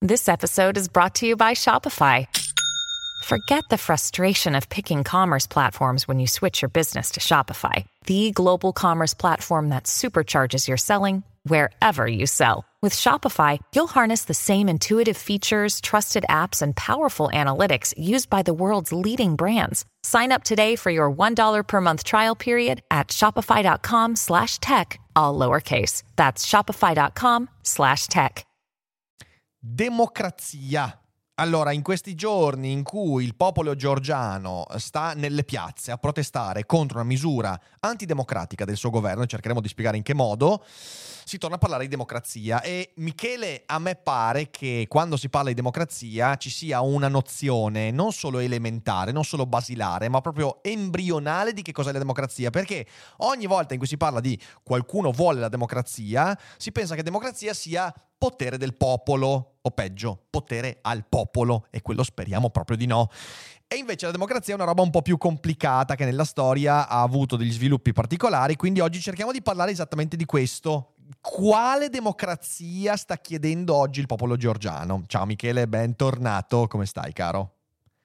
This episode is brought to you by Shopify. Forget the frustration of picking commerce platforms when you switch your business to Shopify, the global commerce platform that supercharges your selling wherever you sell. With Shopify, you'll harness the same intuitive features, trusted apps, and powerful analytics used by the world's leading brands. Sign up today for your $1 per month trial period at shopify.com/tech, all lowercase. That's shopify.com/tech. Democrazia. Allora, in questi giorni in cui il popolo georgiano sta nelle piazze a protestare contro una misura antidemocratica del suo governo, e cercheremo di spiegare in che modo, si torna a parlare di democrazia. E Michele, a me pare che quando si parla di democrazia ci sia una nozione non solo elementare, non solo basilare, ma proprio embrionale di che cos'è la democrazia, perché ogni volta in cui si parla di qualcuno vuole la democrazia, si pensa che democrazia sia potere del popolo, o peggio, potere al popolo, e quello speriamo proprio di no. E invece la democrazia è una roba un po' più complicata che nella storia ha avuto degli sviluppi particolari, quindi oggi cerchiamo di parlare esattamente di questo. Quale democrazia sta chiedendo oggi il popolo georgiano? Ciao Michele, bentornato, come stai caro?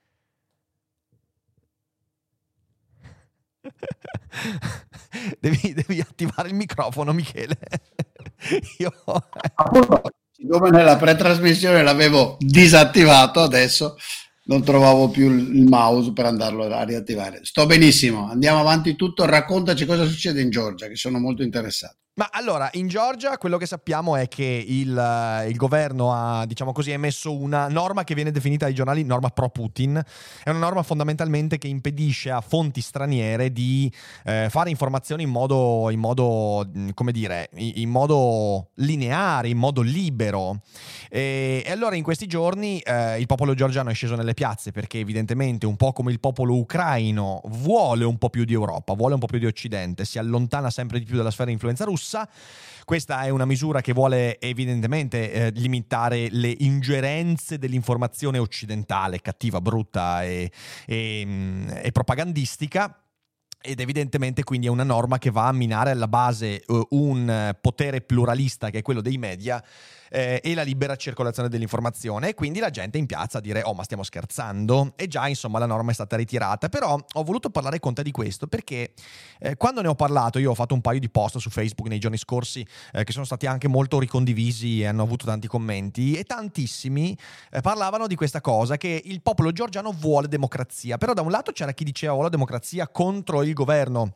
Devi attivare il microfono, Michele. Io... Siccome nella pretrasmissione l'avevo disattivato, adesso non trovavo più il mouse per andarlo a riattivare. Sto benissimo, andiamo avanti tutto. Raccontaci cosa succede in Georgia, che sono molto interessato. Ma allora, in Georgia quello che sappiamo è che il governo ha, diciamo così, emesso una norma che viene definita dai giornali norma pro-Putin. È una norma fondamentalmente che impedisce a fonti straniere di fare informazioni in modo, come dire, in modo lineare, in modo libero. E allora in questi giorni il popolo georgiano è sceso nelle piazze perché evidentemente, un po' come il popolo ucraino, vuole un po' più di Europa, vuole un po' più di Occidente, si allontana sempre di più dalla sfera di influenza russa. Questa è una misura che vuole evidentemente limitare le ingerenze dell'informazione occidentale, cattiva, brutta e propagandistica. Ed evidentemente quindi è una norma che va a minare alla base un potere pluralista che è quello dei media e la libera circolazione dell'informazione, e quindi la gente in piazza a dire: oh, ma stiamo scherzando? E già insomma la norma è stata ritirata. Però ho voluto parlare con te di questo perché quando ne ho parlato, io ho fatto un paio di post su Facebook nei giorni scorsi che sono stati anche molto ricondivisi e hanno avuto tanti commenti, e tantissimi parlavano di questa cosa, che il popolo georgiano vuole democrazia. Però da un lato c'era chi diceva vuole democrazia contro il governo,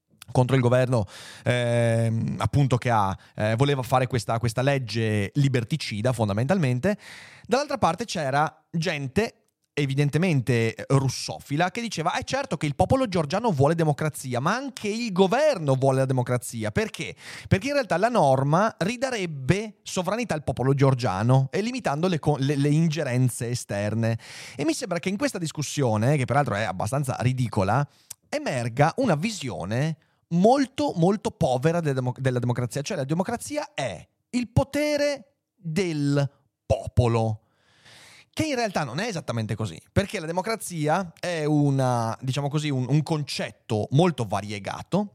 appunto, che voleva fare questa legge liberticida fondamentalmente. Dall'altra parte c'era gente evidentemente russofila che diceva: è certo che il popolo georgiano vuole democrazia, ma anche il governo vuole la democrazia. Perché? Perché in realtà la norma ridarebbe sovranità al popolo georgiano e limitando le ingerenze esterne. E mi sembra che in questa discussione, che peraltro è abbastanza ridicola, emerga una visione molto molto povera della democrazia. Cioè la democrazia è il potere del popolo, che in realtà non è esattamente così, perché la democrazia è diciamo così, un concetto molto variegato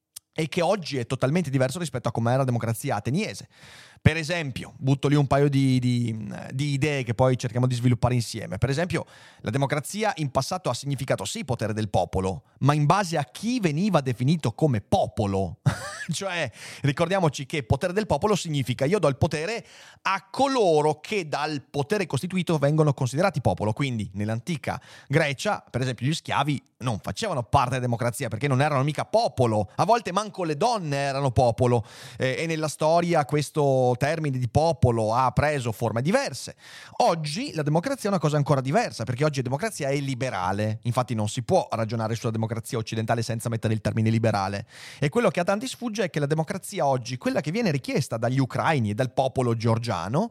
e che oggi è totalmente diverso rispetto a com'era la democrazia ateniese. Per esempio, butto lì un paio di idee che poi cerchiamo di sviluppare insieme. Per esempio, la democrazia in passato ha significato sì potere del popolo, ma in base a chi veniva definito come popolo. Cioè, ricordiamoci che potere del popolo significa: io do il potere a coloro che dal potere costituito vengono considerati popolo. Quindi, nell'antica Grecia, per esempio, gli schiavi non facevano parte della democrazia perché non erano mica popolo. A volte manco le donne erano popolo. E nella storia questo termine di popolo ha preso forme diverse. Oggi la democrazia è una cosa ancora diversa, perché oggi la democrazia è liberale. Infatti non si può ragionare sulla democrazia occidentale senza mettere il termine liberale. E quello che a tanti sfugge è che la democrazia oggi, quella che viene richiesta dagli ucraini e dal popolo georgiano,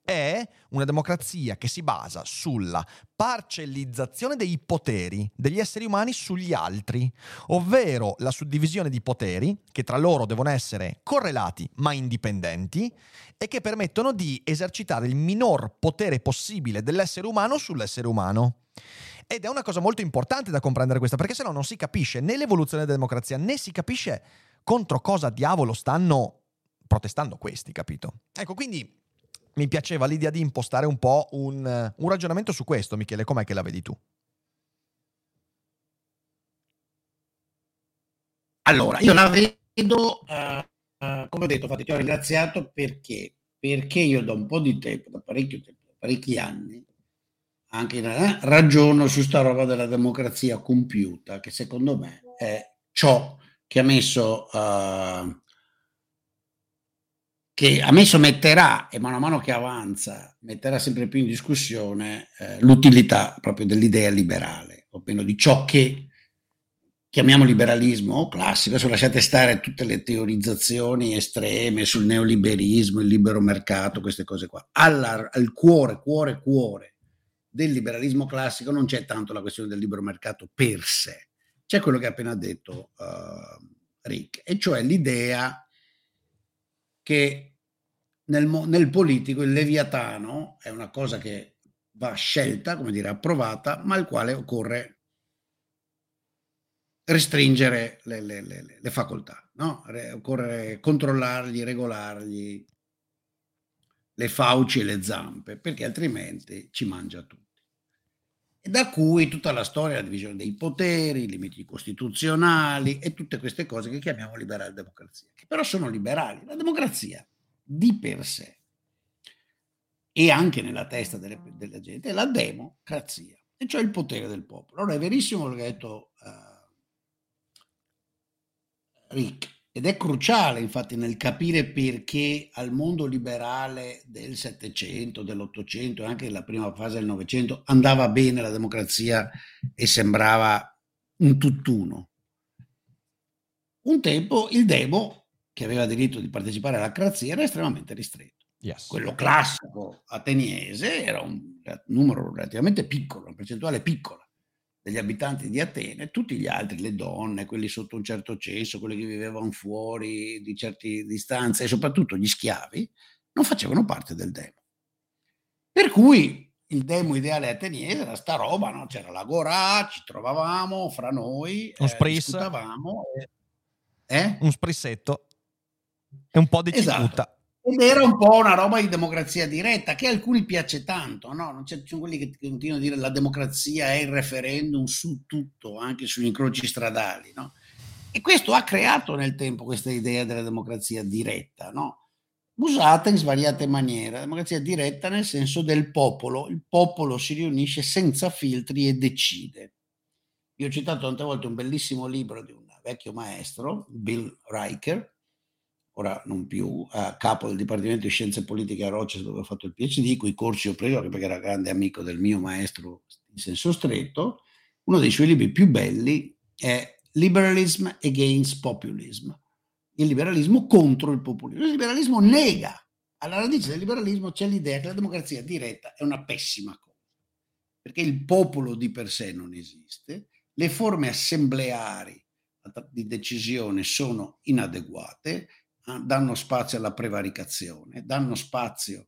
è una democrazia che si basa sulla parcellizzazione dei poteri degli esseri umani sugli altri, ovvero la suddivisione di poteri che tra loro devono essere correlati ma indipendenti e che permettono di esercitare il minor potere possibile dell'essere umano sull'essere umano. Ed è una cosa molto importante da comprendere questa, perché sennò non si capisce né l'evoluzione della democrazia, né si capisce contro cosa diavolo stanno protestando questi, capito? Ecco, quindi mi piaceva l'idea di impostare un po' un ragionamento su questo. Michele, com'è che la vedi tu? Allora, io la vedo, come ho detto, infatti ti ho ringraziato perché io da un po' di tempo, da parecchio tempo, da parecchi anni, anche ragiono su sta roba della democrazia compiuta, che secondo me è ciò che ha messo, che a me metterà, e mano a mano che avanza, metterà sempre più in discussione l'utilità proprio dell'idea liberale, o meno di ciò che chiamiamo liberalismo classico. Adesso lasciate stare tutte le teorizzazioni estreme sul neoliberismo, il libero mercato, queste cose qua. Al cuore del liberalismo classico non c'è tanto la questione del libero mercato per sé, c'è quello che ha appena detto Rick, e cioè l'idea che nel politico il leviatano è una cosa che va scelta, come dire, approvata, ma al quale occorre restringere le facoltà, no? Occorre controllargli, regolargli le fauci e le zampe, perché altrimenti ci mangia tutti. E da cui tutta la storia, la divisione dei poteri, i limiti costituzionali e tutte queste cose che chiamiamo liberal democrazia, che però sono liberali. La democrazia di per sé, e anche nella testa della gente, è la democrazia, e cioè il potere del popolo. Allora è verissimo quello che ha detto Rick, ed è cruciale infatti nel capire perché al mondo liberale del Settecento, dell'Ottocento e anche della prima fase del Novecento andava bene la democrazia e sembrava un tutt'uno. Un tempo il demo, che aveva diritto di partecipare alla crazia, era estremamente ristretto. Yes. Quello classico ateniese era un numero relativamente piccolo, una percentuale piccola degli abitanti di Atene. Tutti gli altri, le donne, quelli sotto un certo censo, quelli che vivevano fuori di certe distanze e soprattutto gli schiavi, non facevano parte del demo. Per cui il demo ideale ateniese era sta roba, no? C'era l'agorà, ci trovavamo fra noi, discutavamo. Un sprissetto e un po' di Esatto. cicuta. Ed era un po' una roba di democrazia diretta, che a alcuni piace tanto, no? Non c'è, ci sono quelli che continuano a dire la democrazia è il referendum su tutto, anche sugli incroci stradali, no? E questo ha creato nel tempo questa idea della democrazia diretta, no? Usata in svariate maniere. La democrazia diretta nel senso del popolo. Il popolo si riunisce senza filtri e decide. Io ho citato tante volte un bellissimo libro di un vecchio maestro, Bill Riker, ora non più, a capo del Dipartimento di Scienze Politiche a Rochester, dove ho fatto il PhD, i cui corsi ho preso, anche perché era grande amico del mio maestro in senso stretto. Uno dei suoi libri più belli è Liberalism Against Populism, il liberalismo contro il populismo. Il liberalismo nega, alla radice del liberalismo c'è l'idea che la democrazia diretta è una pessima cosa, perché il popolo di per sé non esiste, le forme assembleari di decisione sono inadeguate, danno spazio alla prevaricazione, danno spazio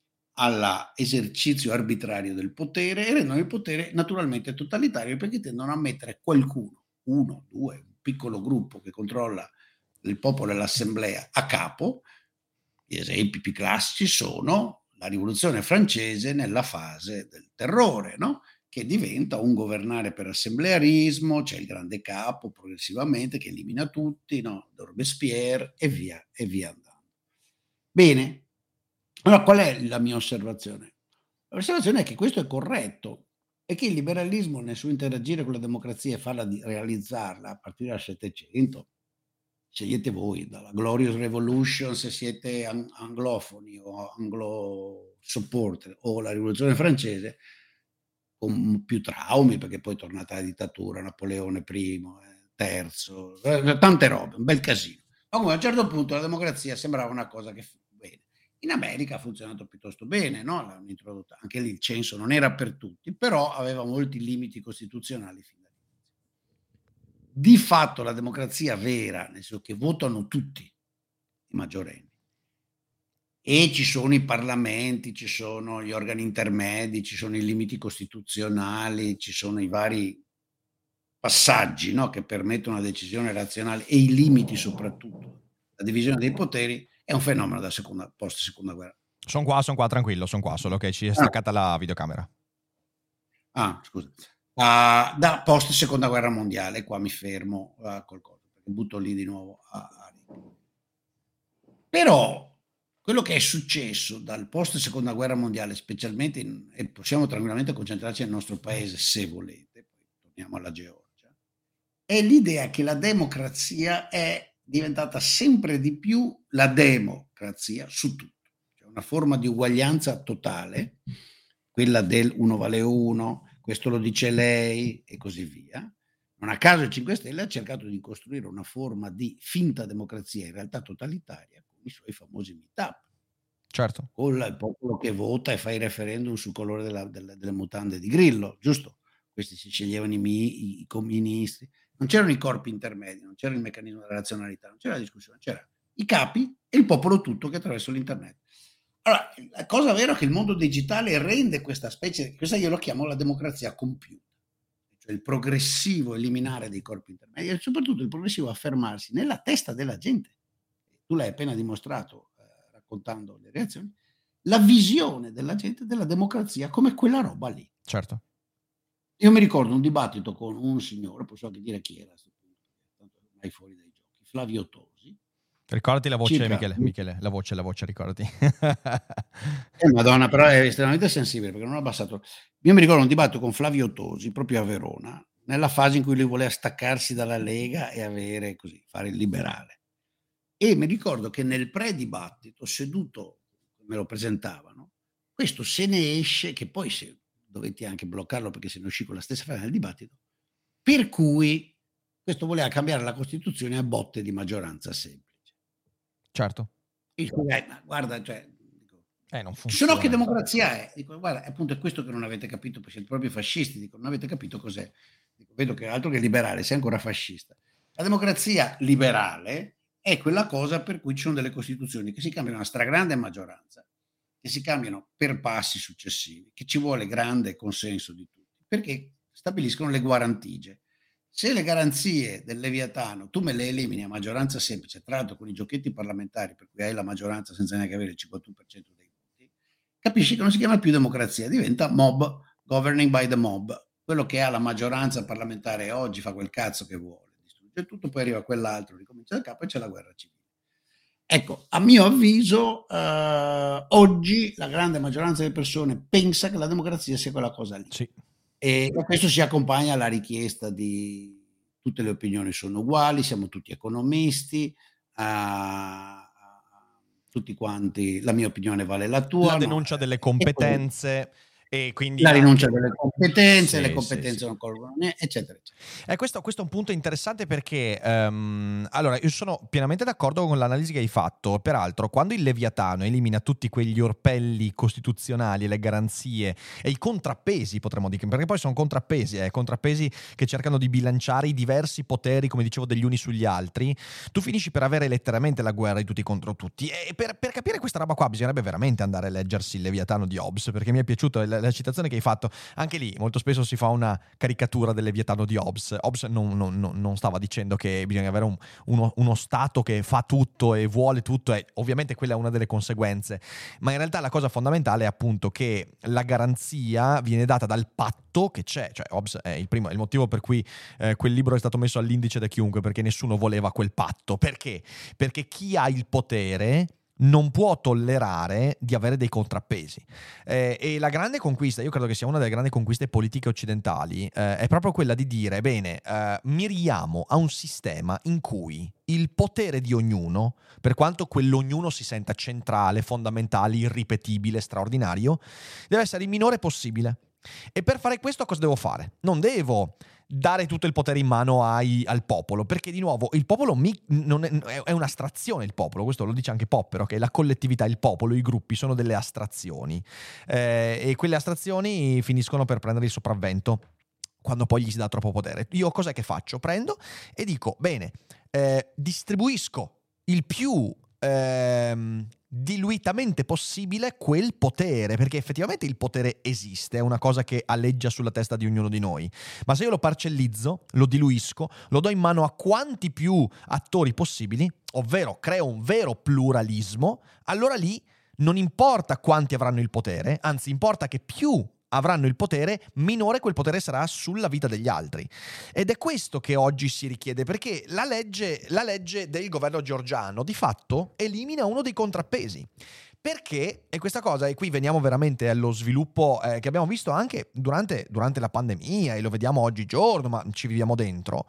all'esercizio arbitrario del potere e rendono il potere naturalmente totalitario, perché tendono a mettere qualcuno, uno, due, un piccolo gruppo che controlla il popolo e l'assemblea a capo. Gli esempi più classici sono la rivoluzione francese nella fase del terrore, no? Che diventa un governare per assemblearismo, c'è il grande capo progressivamente che elimina tutti, no? Robespierre e via andando. Bene, allora qual è la mia osservazione? L'osservazione è che questo è corretto e che il liberalismo nel suo interagire con la democrazia e farla realizzarla a partire dal Settecento, scegliete voi, dalla Glorious Revolution se siete anglofoni o anglo supporter, o la rivoluzione francese, con più traumi, perché poi è tornata la dittatura, Napoleone I, terzo, tante robe, un bel casino. Ma comunque a un certo punto la democrazia sembrava una cosa che bene. In America ha funzionato piuttosto bene, no? L'hanno introdotta, anche lì il censo non era per tutti, però aveva molti limiti costituzionali fin dall'inizio. Di fatto la democrazia vera, nel senso che votano tutti i maggiorenni, e ci sono i parlamenti, ci sono gli organi intermedi, ci sono i limiti costituzionali, ci sono i vari passaggi, no, che permettono una decisione razionale, e i limiti soprattutto, la divisione dei poteri, è un fenomeno da post seconda guerra Sono qua, tranquillo, sono qua, solo che ci è staccata la videocamera. Scusa. Da post seconda guerra mondiale, qua mi fermo col coso, perché butto lì di nuovo Però quello che è successo dal post seconda guerra mondiale, specialmente e possiamo tranquillamente concentrarci nel nostro paese se volete, poi torniamo alla Georgia, è l'idea che la democrazia è diventata sempre di più la democrazia su tutto, cioè una forma di uguaglianza totale, quella del uno vale uno, questo lo dice lei e così via. Non a caso il 5 Stelle ha cercato di costruire una forma di finta democrazia, in realtà totalitaria, con i suoi famosi meetup. Certo. Con il popolo che vota e fa i referendum sul colore delle mutande di Grillo, giusto? Questi si sceglievano i coministri. Non c'erano i corpi intermedi, non c'era il meccanismo della razionalità, non c'era la discussione, c'erano i capi e il popolo tutto che attraverso l'internet. Allora, la cosa vera è che il mondo digitale rende questa specie, questa io lo chiamo la democrazia compiuta, cioè il progressivo eliminare dei corpi intermedi e soprattutto il progressivo affermarsi nella testa della gente. Tu l'hai appena dimostrato raccontando le reazioni, la visione della gente della democrazia come quella roba lì. Certo. Io mi ricordo un dibattito con un signore, posso anche dire chi era, tanto ormai fuori dai giochi, Flavio Tosi. Ricordati la voce, Circa... Michele, la voce, ricordati. Madonna, però è estremamente sensibile perché non ha abbassato. Io mi ricordo un dibattito con Flavio Tosi proprio a Verona, nella fase in cui lui voleva staccarsi dalla Lega e avere così, fare il liberale. E mi ricordo che nel pre-dibattito, seduto, me lo presentavano, questo se ne esce, che poi se dovetti anche bloccarlo perché se ne uscì con la stessa fase nel dibattito, per cui questo voleva cambiare la Costituzione a botte di maggioranza semplice. Certo. E dico, ma guarda, cioè, non se no che democrazia è? Dico, guarda, appunto è questo che non avete capito, perché siete proprio fascisti, dico, non avete capito cos'è. Dico, vedo che altro che liberale, sei ancora fascista. La democrazia liberale è quella cosa per cui ci sono delle costituzioni che si cambiano a stragrande maggioranza, che si cambiano per passi successivi, che ci vuole grande consenso di tutti, perché stabiliscono le guarentigie. Se le garanzie del Leviatano tu me le elimini a maggioranza semplice, tra l'altro con i giochetti parlamentari per cui hai la maggioranza senza neanche avere il 51% dei voti, capisci che non si chiama più democrazia, diventa mob, governing by the mob. Quello che ha la maggioranza parlamentare oggi fa quel cazzo che vuole, distrugge tutto, poi arriva quell'altro, ricomincia da capo e c'è la guerra civile. Ecco, a mio avviso, oggi la grande maggioranza delle persone pensa che la democrazia sia quella cosa lì. Sì. E questo si accompagna alla richiesta di tutte le opinioni sono uguali, siamo tutti economisti, tutti quanti, la mia opinione vale la tua. La denuncia delle competenze. E quindi la rinuncia delle competenze, sì, le competenze non colgono niente, eccetera, eccetera. Questo è un punto interessante perché allora io sono pienamente d'accordo con l'analisi che hai fatto. Peraltro, quando il Leviatano elimina tutti quegli orpelli costituzionali e le garanzie e i contrappesi, potremmo dire, perché poi sono contrappesi che cercano di bilanciare i diversi poteri, come dicevo, degli uni sugli altri, tu finisci per avere letteralmente la guerra di tutti contro tutti. E per capire questa roba qua bisognerebbe veramente andare a leggersi il Leviatano di Hobbes, perché mi è piaciuto la citazione che hai fatto. Anche lì molto spesso si fa una caricatura del Leviatano di Hobbes. Hobbes non stava dicendo che bisogna avere uno Stato che fa tutto e vuole tutto, e ovviamente quella è una delle conseguenze, ma in realtà la cosa fondamentale è appunto che la garanzia viene data dal patto che c'è. Cioè Hobbes è il motivo per cui quel libro è stato messo all'indice da chiunque, perché nessuno voleva quel patto. Perché? Perché chi ha il potere non può tollerare di avere dei contrappesi, e la grande conquista, io credo che sia una delle grandi conquiste politiche occidentali, è proprio quella di dire bene, miriamo a un sistema in cui il potere di ognuno, per quanto quell'ognuno si senta centrale, fondamentale, irripetibile, straordinario, deve essere il minore possibile. E per fare questo cosa devo fare? Non devo dare tutto il potere in mano al popolo, perché di nuovo il popolo è un'astrazione. Il popolo, questo lo dice anche Popper, ok? La collettività, il popolo, i gruppi sono delle astrazioni, e quelle astrazioni finiscono per prendere il sopravvento quando poi gli si dà troppo potere. Io cos'è che faccio? Prendo e dico bene, distribuisco il più diluitamente possibile quel potere, perché effettivamente il potere esiste, è una cosa che aleggia sulla testa di ognuno di noi, ma se io lo parcellizzo, lo diluisco, lo do in mano a quanti più attori possibili, ovvero creo un vero pluralismo, allora lì non importa quanti avranno il potere, anzi importa che più avranno il potere, minore quel potere sarà sulla vita degli altri. Ed è questo che oggi si richiede, perché la legge del governo georgiano di fatto elimina uno dei contrappesi. Perché, e questa cosa, e qui veniamo veramente allo sviluppo che abbiamo visto anche durante la pandemia, e lo vediamo oggigiorno, ma ci viviamo dentro.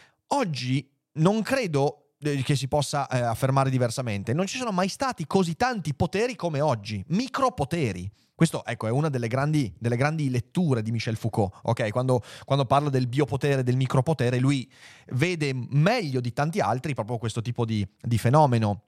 Oggi non credo che si possa affermare diversamente. Non ci sono mai stati così tanti poteri come oggi, micropoteri. Questo, ecco, è una delle grandi letture di Michel Foucault, ok? Quando parla del biopotere, del micropotere, lui vede meglio di tanti altri proprio questo tipo di fenomeno.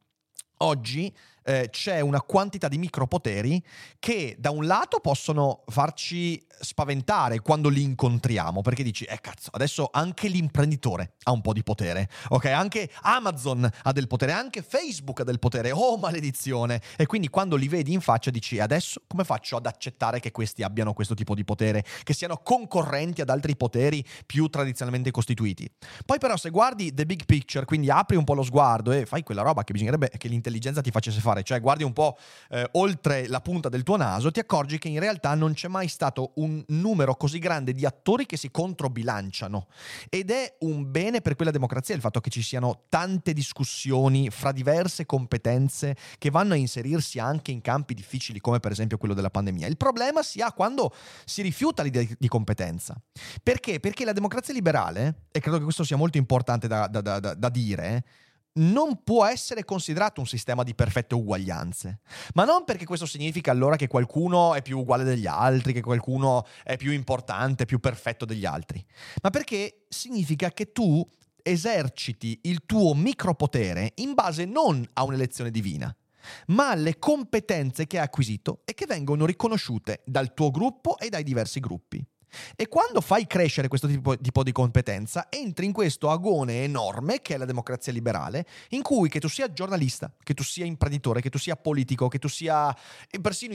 Oggi c'è una quantità di micropoteri che da un lato possono farci spaventare quando li incontriamo, perché dici, cazzo, adesso anche l'imprenditore ha un po' di potere, ok? Anche Amazon ha del potere, anche Facebook ha del potere, oh maledizione! E quindi quando li vedi in faccia dici, adesso come faccio ad accettare che questi abbiano questo tipo di potere, che siano concorrenti ad altri poteri più tradizionalmente costituiti? Poi però se guardi the big picture, quindi apri un po' lo sguardo e fai quella roba che bisognerebbe che l'intelligenza ti facesse fare, cioè guardi un po' oltre la punta del tuo naso, ti accorgi che in realtà non c'è mai stato un numero così grande di attori che si controbilanciano, ed è un bene per quella democrazia il fatto che ci siano tante discussioni fra diverse competenze che vanno a inserirsi anche in campi difficili come per esempio quello della pandemia. Il problema si ha quando si rifiuta l'idea di competenza. Perché? Perché la democrazia liberale, e credo che questo sia molto importante da dire, non può essere considerato un sistema di perfette uguaglianze, ma non perché questo significa allora che qualcuno è più uguale degli altri, che qualcuno è più importante, più perfetto degli altri, ma perché significa che tu eserciti il tuo micropotere in base non a un'elezione divina, ma alle competenze che hai acquisito e che vengono riconosciute dal tuo gruppo e dai diversi gruppi. E quando fai crescere questo tipo di competenza, entri in questo agone enorme che è la democrazia liberale, in cui che tu sia giornalista, che tu sia imprenditore, che tu sia politico, che tu sia persino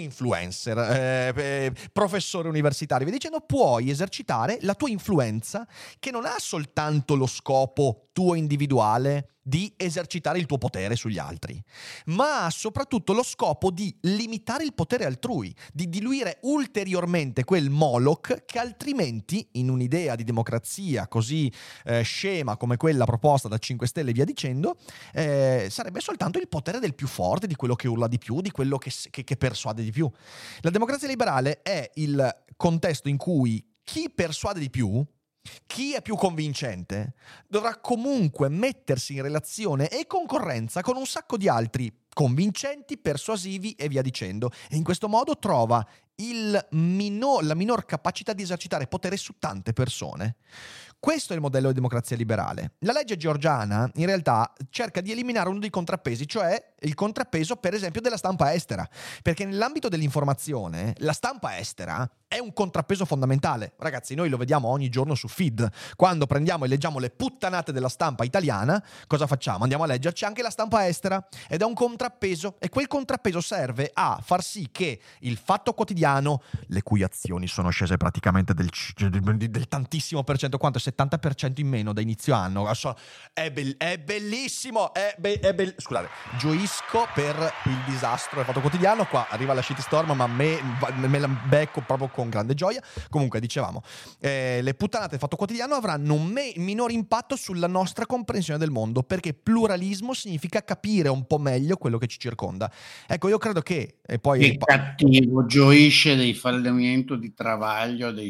influencer, professore universitario, via dicendo, puoi esercitare la tua influenza, che non ha soltanto lo scopo tuo individuale di esercitare il tuo potere sugli altri, ma ha soprattutto lo scopo di limitare il potere altrui, di diluire ulteriormente quel Moloch che altrimenti, in un'idea di democrazia così scema come quella proposta da 5 Stelle e via dicendo, sarebbe soltanto il potere del più forte, di quello che urla di più, di quello che persuade di più. La democrazia liberale è il contesto in cui chi persuade di più, chi è più convincente, dovrà comunque mettersi in relazione e concorrenza con un sacco di altri convincenti, persuasivi e via dicendo, e in questo modo trova la minor capacità di esercitare potere su tante persone. Questo è il modello di democrazia liberale. La legge georgiana in realtà cerca di eliminare uno dei contrappesi, cioè il contrappeso per esempio della stampa estera, perché nell'ambito dell'informazione la stampa estera è un contrappeso fondamentale. Ragazzi, noi lo vediamo ogni giorno su feed. Quando prendiamo e leggiamo le puttanate della stampa italiana, cosa facciamo? Andiamo a leggerci anche la stampa estera, ed è un contrappeso, e quel contrappeso serve a far sì che il Fatto Quotidiano, le cui azioni sono scese praticamente del tantissimo per cento, quanto 70% in meno da inizio anno, è bellissimo, scusate, gioisco per il disastro del Fatto Quotidiano. Qua arriva la shitstorm, ma me la becco proprio con grande gioia. Comunque, dicevamo, le puttanate del Fatto Quotidiano avranno un minor impatto sulla nostra comprensione del mondo, perché pluralismo significa capire un po' meglio quello che ci circonda. Ecco, io credo che cattivo gioisce del fallimento di Travaglio, dei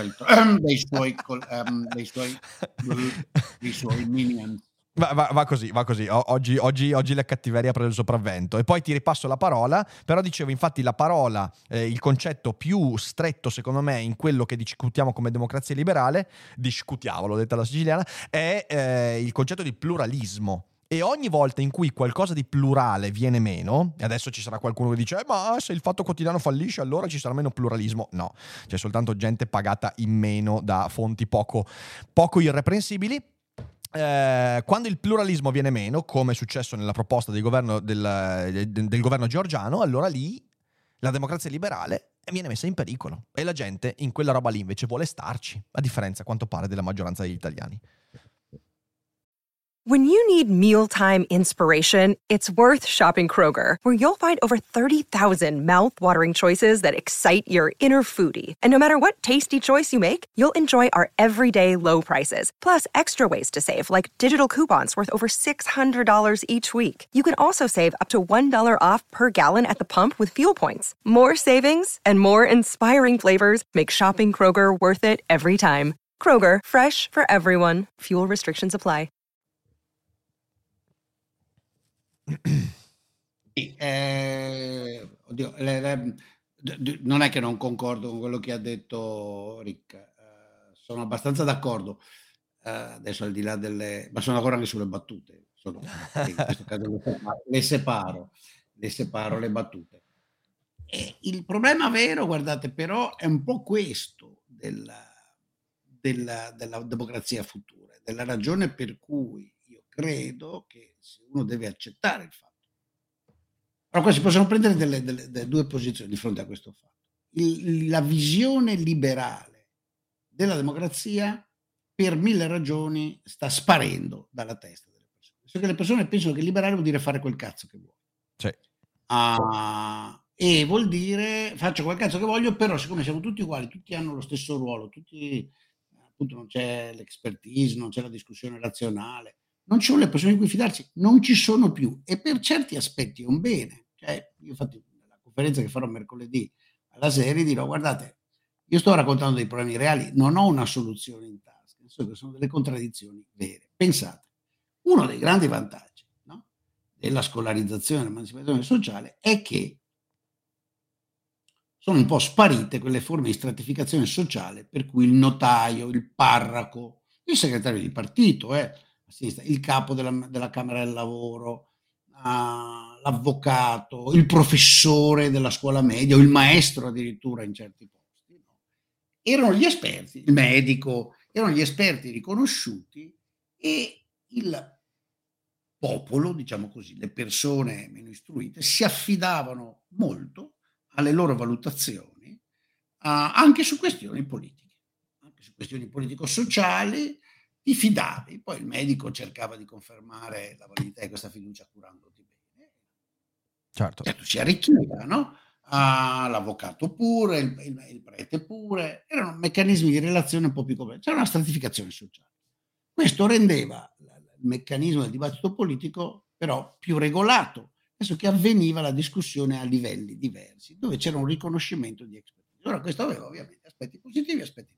suoi minions. Va così. Oggi la cattiveria ha preso il sopravvento. E poi ti ripasso la parola, però dicevo, infatti la parola, il concetto più stretto secondo me in quello che discutiamo come democrazia liberale, l'ho detta alla siciliana, è il concetto di pluralismo. E ogni volta in cui qualcosa di plurale viene meno, e adesso ci sarà qualcuno che dice ma se il Fatto Quotidiano fallisce allora ci sarà meno pluralismo. No, c'è soltanto gente pagata in meno da fonti poco irreprensibili. Quando il pluralismo viene meno, come è successo nella proposta del governo georgiano, allora lì la democrazia liberale viene messa in pericolo, e la gente in quella roba lì invece vuole starci, a differenza a quanto pare della maggioranza degli italiani. When you need mealtime inspiration, it's worth shopping Kroger, where you'll find over 30,000 mouth-watering choices that excite your inner foodie. And no matter what tasty choice you make, you'll enjoy our everyday low prices, plus extra ways to save, like digital coupons worth over $600 each week. You can also save up to $1 off per gallon at the pump with fuel points. More savings and more inspiring flavors make shopping Kroger worth it every time. Kroger, fresh for everyone. Fuel restrictions apply. Oddio, non è che non concordo con quello che ha detto Rick, sono abbastanza d'accordo. Adesso al di là ma sono d'accordo anche sulle battute. In questo caso le separo le battute. E il problema vero, guardate, però è un po' questo della democrazia futura, della ragione per cui io credo che se uno deve accettare il fatto. Però qua si possono prendere delle due posizioni di fronte a questo fatto. La visione liberale della democrazia, per 1000 ragioni, sta sparendo dalla testa delle persone. Perché le persone pensano che liberale vuol dire fare quel cazzo che vuoi. Sì. E vuol dire faccio quel cazzo che voglio, però siccome siamo tutti uguali, tutti hanno lo stesso ruolo, tutti, appunto, non c'è l'expertise, non c'è la discussione razionale, non ci sono le persone di cui fidarsi, non ci sono più, e per certi aspetti è un bene. Cioè, io infatti nella conferenza che farò mercoledì alla serie dirò: guardate, io sto raccontando dei problemi reali, non ho una soluzione in tasca, sono delle contraddizioni vere. Pensate, uno dei grandi vantaggi, no, della scolarizzazione e dell'emancipazione sociale è che sono un po' sparite quelle forme di stratificazione sociale per cui il notaio, il parroco, il segretario di partito, il capo della Camera del Lavoro, l'avvocato, il professore della scuola media o il maestro addirittura in certi posti, no? Erano gli esperti, il medico, erano gli esperti riconosciuti, e il popolo, diciamo così, le persone meno istruite si affidavano molto alle loro valutazioni, anche su questioni politiche, anche su questioni politico-sociali. Ti fidavi, poi il medico cercava di confermare la validità di questa fiducia curandoti bene. Certo. Certo, si arricchiva, no? L'avvocato pure, il prete pure, erano meccanismi di relazione un po' più complessi, c'era una stratificazione sociale. Questo rendeva il meccanismo del dibattito politico però più regolato, adesso che avveniva la discussione a livelli diversi, dove c'era un riconoscimento di expertise. Ora questo aveva ovviamente aspetti positivi e aspetti negativi.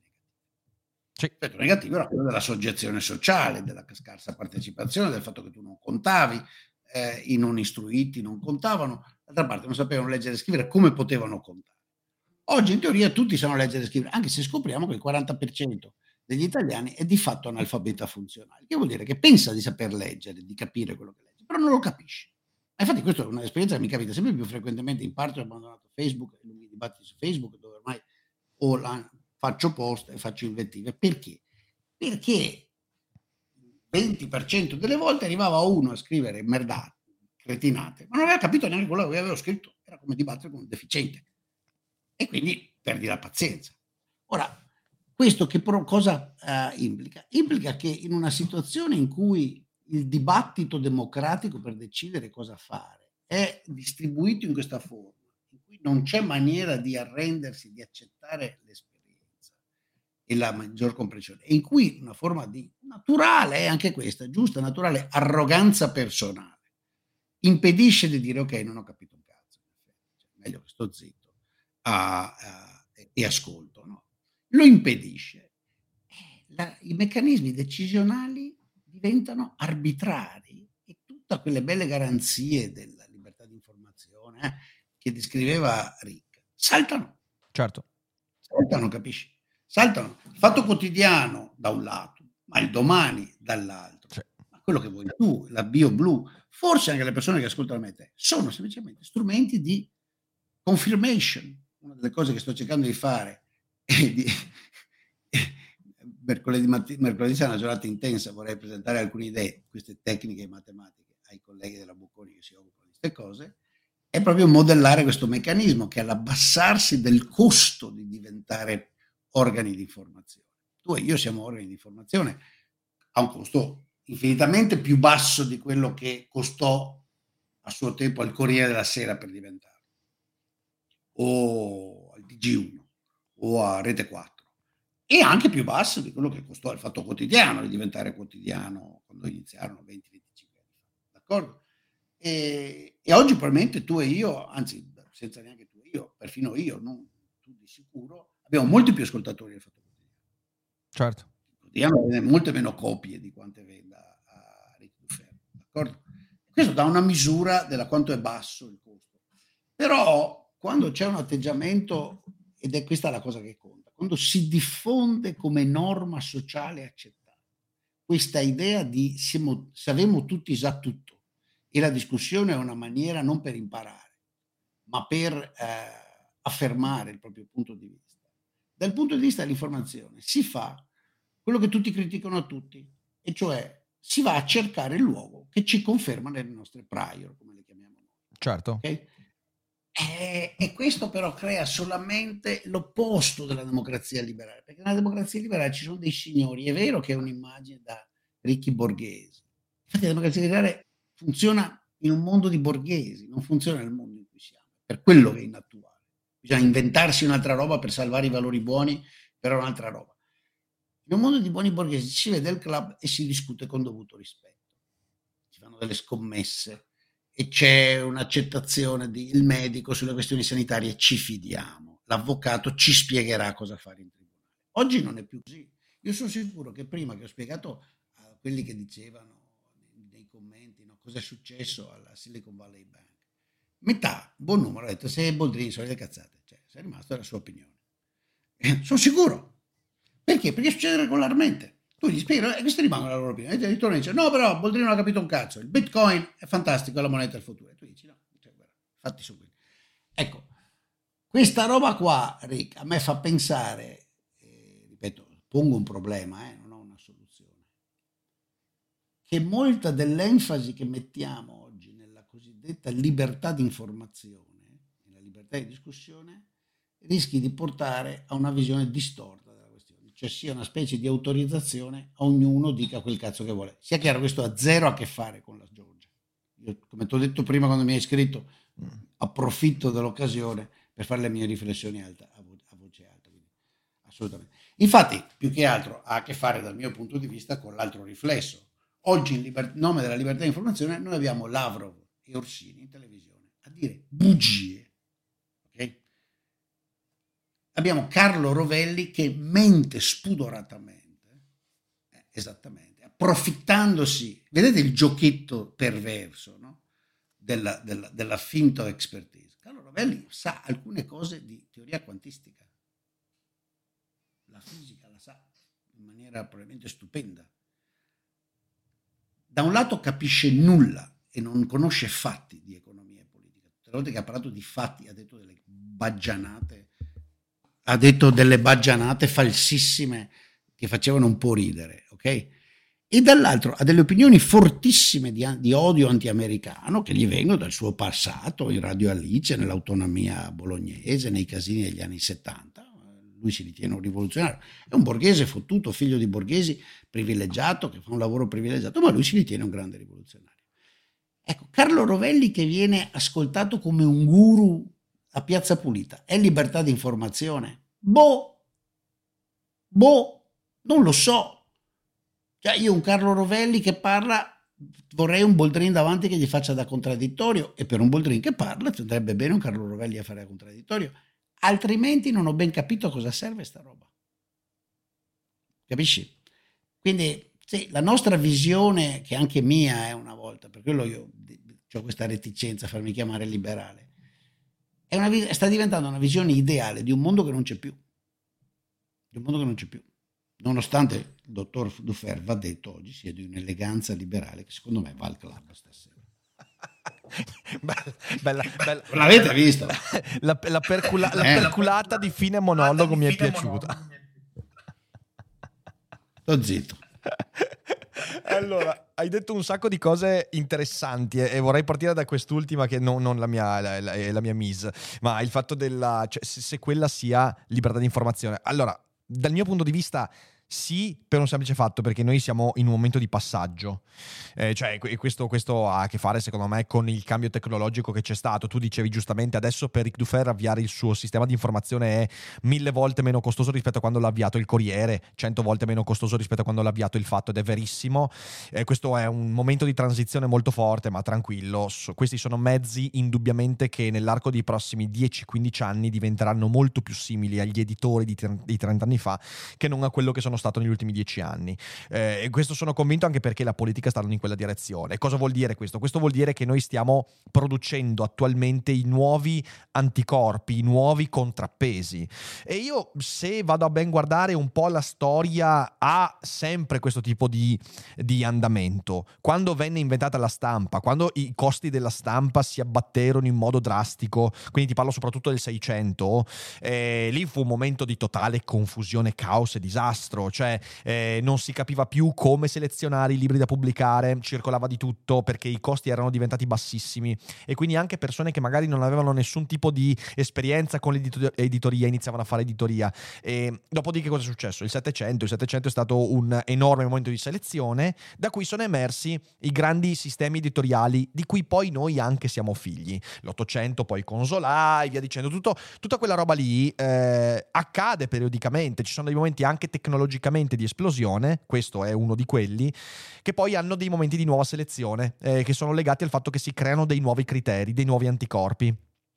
Sì. L'aspetto negativo era quello della soggezione sociale, della scarsa partecipazione, del fatto che tu non contavi, i non istruiti non contavano, d'altra parte non sapevano leggere e scrivere, come potevano contare? Oggi in teoria tutti sanno leggere e scrivere, anche se scopriamo che il 40% degli italiani è di fatto analfabeta funzionale, che vuol dire che pensa di saper leggere, di capire quello che legge, però non lo capisce. E infatti questa è un'esperienza che mi capita sempre più frequentemente. In parte ho abbandonato Facebook e lunghi dibattiti su Facebook, dove ormai faccio post e faccio invettive. Perché? Perché il 20% delle volte arrivava uno a scrivere merdate, cretinate, ma non aveva capito neanche quello che avevo scritto, era come dibattere con un deficiente, e quindi perdi la pazienza. Ora, questo che cosa implica? Implica che in una situazione in cui il dibattito democratico per decidere cosa fare è distribuito in questa forma, in cui non c'è maniera di arrendersi, di accettare l'esperienza e la maggior comprensione, e in cui una forma di naturale, anche questa, giusta, naturale arroganza personale impedisce di dire: ok, non ho capito un cazzo, cioè, meglio che sto zitto e ascolto, no? Lo impedisce. I meccanismi decisionali diventano arbitrari, e tutte quelle belle garanzie della libertà di informazione che descriveva Rick saltano. Certo. Saltano, capisci? Saltano. Il Fatto Quotidiano da un lato, ma il Domani dall'altro. Sì. Ma quello che vuoi tu, la BioBlu, forse anche le persone che ascoltano me, sono semplicemente strumenti di confirmation. Una delle cose che sto cercando di fare è mercoledì c'è una giornata intensa, vorrei presentare alcune idee, queste tecniche matematiche, ai colleghi della Bocconi che si occupano di queste cose, è proprio modellare questo meccanismo, che è l'abbassarsi del costo di diventare organi di informazione. Tu e io siamo organi di informazione a un costo infinitamente più basso di quello che costò a suo tempo al Corriere della Sera per diventare, o al TG1 o a Rete 4, e anche più basso di quello che costò al Fatto Quotidiano di diventare quotidiano quando iniziarono 20-25 anni fa, d'accordo? E oggi probabilmente tu e io, anzi senza neanche tu e io, perfino io, non tu di sicuro, abbiamo molti più ascoltatori del Fatto Quotidiano. Certo. Il quotidiano vende molte meno copie di quante venda a Ricky Duferro, d'accordo? Questo dà una misura della quanto è basso il costo. Però quando c'è un atteggiamento, ed è questa la cosa che conta, quando si diffonde come norma sociale accettata questa idea di sappiamo tutti già tutto, e la discussione è una maniera non per imparare, ma per affermare il proprio punto di vista. Dal punto di vista dell'informazione si fa quello che tutti criticano a tutti, e cioè si va a cercare il luogo che ci conferma nelle nostre prior, come le chiamiamo noi. Certo. Okay? E questo però crea solamente l'opposto della democrazia liberale, perché nella democrazia liberale ci sono dei signori, è vero che è un'immagine da ricchi borghesi, infatti la democrazia liberale funziona in un mondo di borghesi, non funziona nel mondo in cui siamo, per quello che è inattuale. Bisogna inventarsi un'altra roba per salvare i valori buoni, però un'altra roba. In un mondo di buoni borghesi si vede il club e si discute con dovuto rispetto, si fanno delle scommesse e c'è un'accettazione del medico sulle questioni sanitarie, ci fidiamo, l'avvocato ci spiegherà cosa fare in tribunale. Oggi non è più così. Io sono sicuro che prima che ho spiegato a quelli che dicevano nei commenti, no, cosa è successo alla Silicon Valley Bank, metà, buon numero, ha detto se Boldrini sono le cazzate, cioè se è rimasto è la sua opinione. Sono sicuro. Perché? Perché succede regolarmente. Tu gli spieghi e questi rimangono la loro opinione. E ritorno e dice no, però Boldrini non ha capito un cazzo, il Bitcoin è fantastico, è la moneta del futuro. E tu dici no, cioè, fatti su. Ecco, questa roba qua, Rick, a me fa pensare, ripeto, pongo un problema, non ho una soluzione, che molta dell'enfasi che mettiamo oggi nella cosiddetta libertà di informazione, nella libertà di discussione, rischi di portare a una visione distorta della questione, cioè sia una specie di autorizzazione a ognuno dica quel cazzo che vuole. Sia chiaro, questo ha zero a che fare con la Georgia. Io, come ti ho detto prima quando mi hai scritto, approfitto dell'occasione per fare le mie riflessioni a voce alta, quindi, assolutamente. Infatti, più che altro ha a che fare dal mio punto di vista con l'altro riflesso. Oggi in nome della libertà di informazione noi abbiamo Lavrov e Orsini in televisione a dire bugie, ok? Abbiamo Carlo Rovelli che mente spudoratamente, esattamente, approfittandosi, vedete il giochetto perverso, no? della finta expertise. Carlo Rovelli sa alcune cose di teoria quantistica, la fisica la sa in maniera probabilmente stupenda. Da un lato capisce nulla e non conosce fatti di economia e politica. Tutte le volte che ha parlato di fatti ha detto delle baggianate, ha detto delle baggianate falsissime che facevano un po' ridere, ok? E dall'altro ha delle opinioni fortissime di odio anti-americano che gli vengono dal suo passato in Radio Alice, nell'autonomia bolognese, nei casini degli anni 70. Lui si ritiene un rivoluzionario, è un borghese fottuto, figlio di borghesi, privilegiato, che fa un lavoro privilegiato, ma lui si ritiene un grande rivoluzionario. Ecco, Carlo Rovelli che viene ascoltato come un guru a Piazza Pulita, è libertà di informazione? Boh, non lo so. Cioè io un Carlo Rovelli che parla, vorrei un Boldrin davanti che gli faccia da contraddittorio, e per un Boldrin che parla ci andrebbe bene un Carlo Rovelli a fare da contraddittorio, altrimenti non ho ben capito a cosa serve sta roba. Capisci? Quindi sì, la nostra visione, che anche mia è una volta, per quello io ho questa reticenza a farmi chiamare liberale, sta diventando una visione ideale di un mondo che non c'è più. Di un mondo che non c'è più. Nonostante il dottor Duferro, va detto oggi, sia di un'eleganza liberale che secondo me va al club stasera. Bella. L'avete visto? La perculata di fine monologo mi è piaciuta. Sto zitto. Allora, hai detto un sacco di cose interessanti e vorrei partire da quest'ultima che non la mia mise, ma il fatto della, cioè, se quella sia libertà di informazione. Allora, dal mio punto di vista Sì, per un semplice fatto, perché noi siamo in un momento di passaggio, cioè questo ha a che fare secondo me con il cambio tecnologico che c'è stato. Tu dicevi giustamente, adesso per Ric Dufer avviare il suo sistema di informazione è 1000 volte meno costoso rispetto a quando l'ha avviato il Corriere, 100 volte meno costoso rispetto a quando l'ha avviato il Fatto, ed è verissimo. Questo è un momento di transizione molto forte, ma tranquillo, questi sono mezzi indubbiamente che nell'arco dei prossimi 10-15 anni diventeranno molto più simili agli editori di 30 anni fa che non a quello che sono stato negli ultimi 10 anni, e questo sono convinto anche perché la politica sta andando in quella direzione. Cosa vuol dire questo? Questo vuol dire che noi stiamo producendo attualmente i nuovi anticorpi, i nuovi contrappesi, e io, se vado a ben guardare un po' la storia, ha sempre questo tipo di andamento. Quando venne inventata la stampa, quando i costi della stampa si abbatterono in modo drastico, quindi ti parlo soprattutto del 600, lì fu un momento di totale confusione, caos e disastro. Cioè non si capiva più come selezionare i libri da pubblicare, circolava di tutto perché i costi erano diventati bassissimi, e quindi anche persone che magari non avevano nessun tipo di esperienza con l'editoria iniziavano a fare editoria. E dopodiché cosa è successo? Il 700 è stato un enorme momento di selezione da cui sono emersi i grandi sistemi editoriali di cui poi noi anche siamo figli. L'800 poi con Zola e via dicendo, tutta quella roba lì accade periodicamente. Ci sono dei momenti anche tecnologicamente di esplosione, questo è uno di quelli, che poi hanno dei momenti di nuova selezione, che sono legati al fatto che si creano dei nuovi criteri, dei nuovi anticorpi.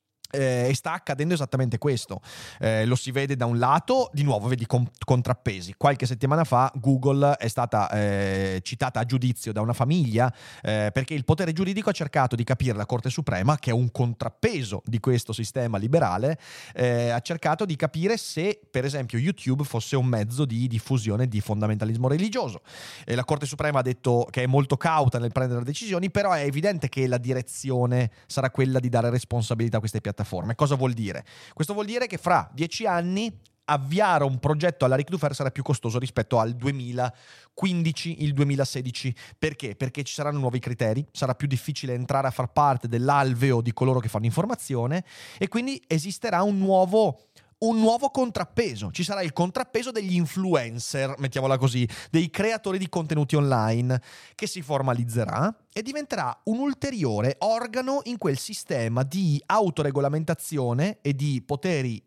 E sta accadendo esattamente questo. Lo si vede da un lato, di nuovo vedi contrappesi. Qualche settimana fa Google è stata citata a giudizio da una famiglia perché il potere giuridico ha cercato di capire, la Corte Suprema, che è un contrappeso di questo sistema liberale, ha cercato di capire se per esempio YouTube fosse un mezzo di diffusione di fondamentalismo religioso, e la Corte Suprema ha detto che è molto cauta nel prendere decisioni, però è evidente che la direzione sarà quella di dare responsabilità a queste piattaforme. Cosa vuol dire? Questo vuol dire che fra 10 anni avviare un progetto alla Ric Dufer sarà più costoso rispetto al 2015, il 2016. Perché? Perché ci saranno nuovi criteri, sarà più difficile entrare a far parte dell'alveo di coloro che fanno informazione, e quindi esisterà un nuovo contrappeso. Ci sarà il contrappeso degli influencer, mettiamola così, dei creatori di contenuti online, che si formalizzerà e diventerà un ulteriore organo in quel sistema di autoregolamentazione e di poteri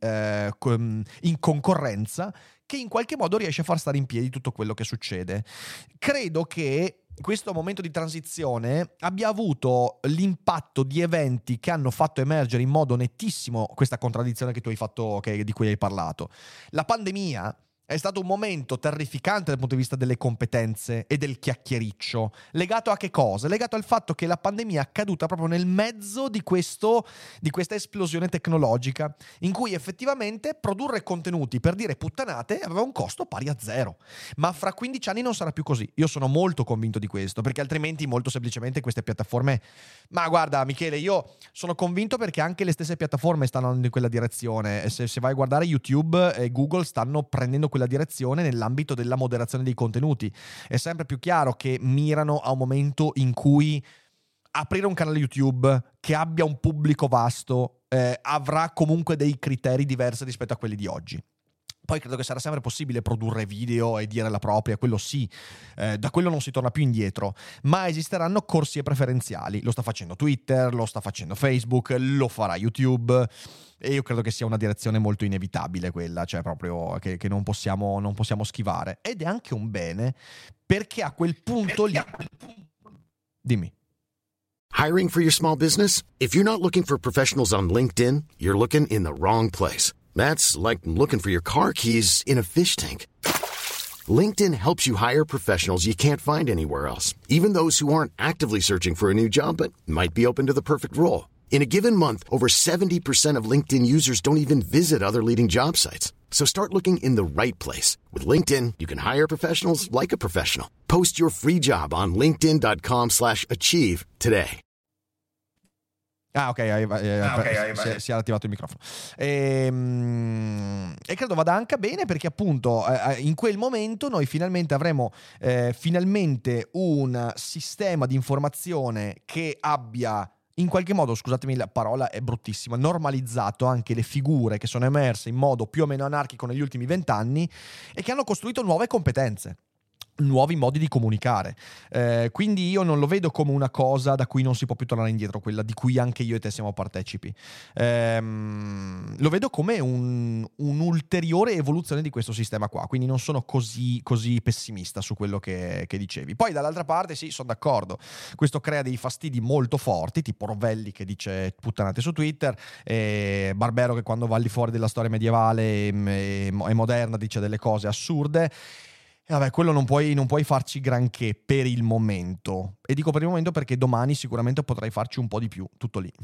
in concorrenza, che in qualche modo riesce a far stare in piedi tutto quello che succede. Credo che questo momento di transizione abbia avuto l'impatto di eventi che hanno fatto emergere in modo nettissimo questa contraddizione che tu hai fatto, di cui hai parlato. La pandemia è stato un momento terrificante dal punto di vista delle competenze e del chiacchiericcio. Legato a che cosa? Legato al fatto che la pandemia è accaduta proprio nel mezzo di questa esplosione tecnologica, in cui effettivamente produrre contenuti per dire puttanate aveva un costo pari a zero. Ma fra 15 anni non sarà più così. Io sono molto convinto di questo, perché altrimenti molto semplicemente queste piattaforme... Ma guarda Michele, io sono convinto perché anche le stesse piattaforme stanno andando in quella direzione. Se vai a guardare YouTube e Google stanno prendendo quella direzione nell'ambito della moderazione dei contenuti. È sempre più chiaro che mirano a un momento in cui aprire un canale YouTube che abbia un pubblico vasto avrà comunque dei criteri diversi rispetto a quelli di oggi. Poi credo che sarà sempre possibile produrre video e dire la propria, quello sì, da quello non si torna più indietro, ma esisteranno corsie preferenziali. Lo sta facendo Twitter, lo sta facendo Facebook, lo farà YouTube, e io credo che sia una direzione molto inevitabile quella, cioè proprio che non possiamo schivare. Ed è anche un bene, perché a quel punto lì... Dimmi. Hiring for your small business? If you're not looking for professionals on LinkedIn, you're looking in the wrong place. That's like looking for your car keys in a fish tank. LinkedIn helps you hire professionals you can't find anywhere else, even those who aren't actively searching for a new job but might be open to the perfect role. In a given month, over 70% of LinkedIn users don't even visit other leading job sites. So start looking in the right place. With LinkedIn, you can hire professionals like a professional. Post your free job on linkedin.com/achieve today. Ok, si è attivato il microfono. E credo vada anche bene, perché appunto in quel momento noi finalmente avremo finalmente un sistema di informazione che abbia in qualche modo, scusatemi la parola è bruttissima, normalizzato anche le figure che sono emerse in modo più o meno anarchico negli ultimi 20 anni e che hanno costruito nuove competenze, nuovi modi di comunicare. Quindi io non lo vedo come una cosa da cui non si può più tornare indietro, quella di cui anche io e te siamo partecipi. Lo vedo come un'ulteriore evoluzione di questo sistema qua, quindi non sono così pessimista su quello che dicevi. Poi dall'altra parte sì, sono d'accordo, questo crea dei fastidi molto forti, tipo Rovelli che dice puttanate su Twitter, Barbero che quando va al di fuori della storia medievale e moderna dice delle cose assurde. Vabbè, quello non puoi farci granché per il momento. E dico per il momento perché domani sicuramente potrai farci un po' di più. Tutto lì.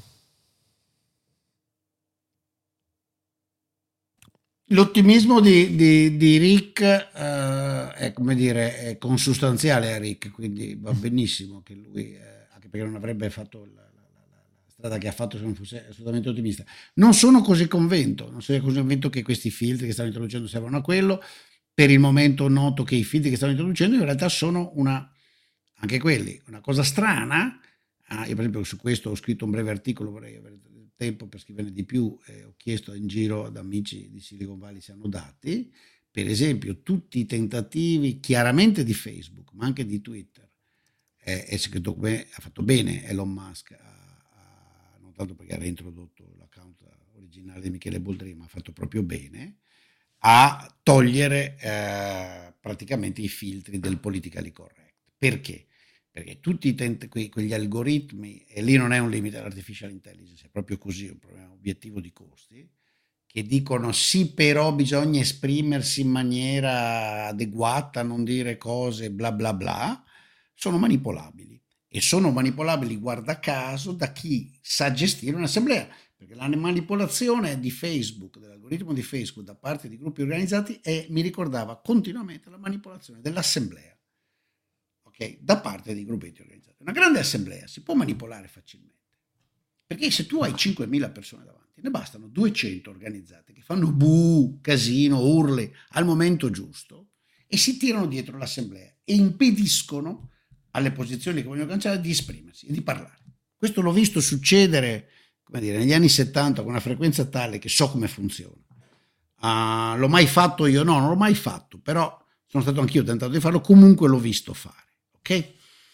L'ottimismo di Rick è, come dire, è consustanziale a Rick, quindi va benissimo che lui, anche perché non avrebbe fatto la strada che ha fatto se non fosse assolutamente ottimista. Non sono così convinto che questi filtri che stanno introducendo servano a quello. Per il momento noto che i filtri che stanno introducendo in realtà sono anche quelli, una cosa strana. Io per esempio su questo ho scritto un breve articolo, vorrei avere tempo per scriverne di più, ho chiesto in giro ad amici di Silicon Valley se hanno dati. Per esempio tutti i tentativi chiaramente di Facebook, ma anche di Twitter, e secondo me ha fatto bene Elon Musk, non tanto perché ha reintrodotto l'account originale di Michele Boldrini, ma ha fatto proprio bene a togliere praticamente i filtri del politically correct. Perché? Perché tutti quegli algoritmi, e lì non è un limite all'artificial intelligence, è proprio così, un problema obiettivo di costi, che dicono sì, però bisogna esprimersi in maniera adeguata, non dire cose bla bla bla, sono manipolabili. E sono manipolabili, guarda caso, da chi sa gestire un'assemblea. Perché la manipolazione di Facebook, dell'algoritmo di Facebook da parte di gruppi organizzati mi ricordava continuamente la manipolazione dell'assemblea, ok? Da parte di gruppetti organizzati. Una grande assemblea si può manipolare facilmente, perché se tu hai 5.000 persone davanti, ne bastano 200 organizzate che fanno buh, casino, urli al momento giusto e si tirano dietro l'assemblea e impediscono alle posizioni che vogliono cancellare di esprimersi e di parlare. Questo l'ho visto succedere, come dire, negli anni 70 con una frequenza tale che so come funziona. L'ho mai fatto io? No, non l'ho mai fatto, però sono stato anch'io tentato di farlo, comunque l'ho visto fare, ok?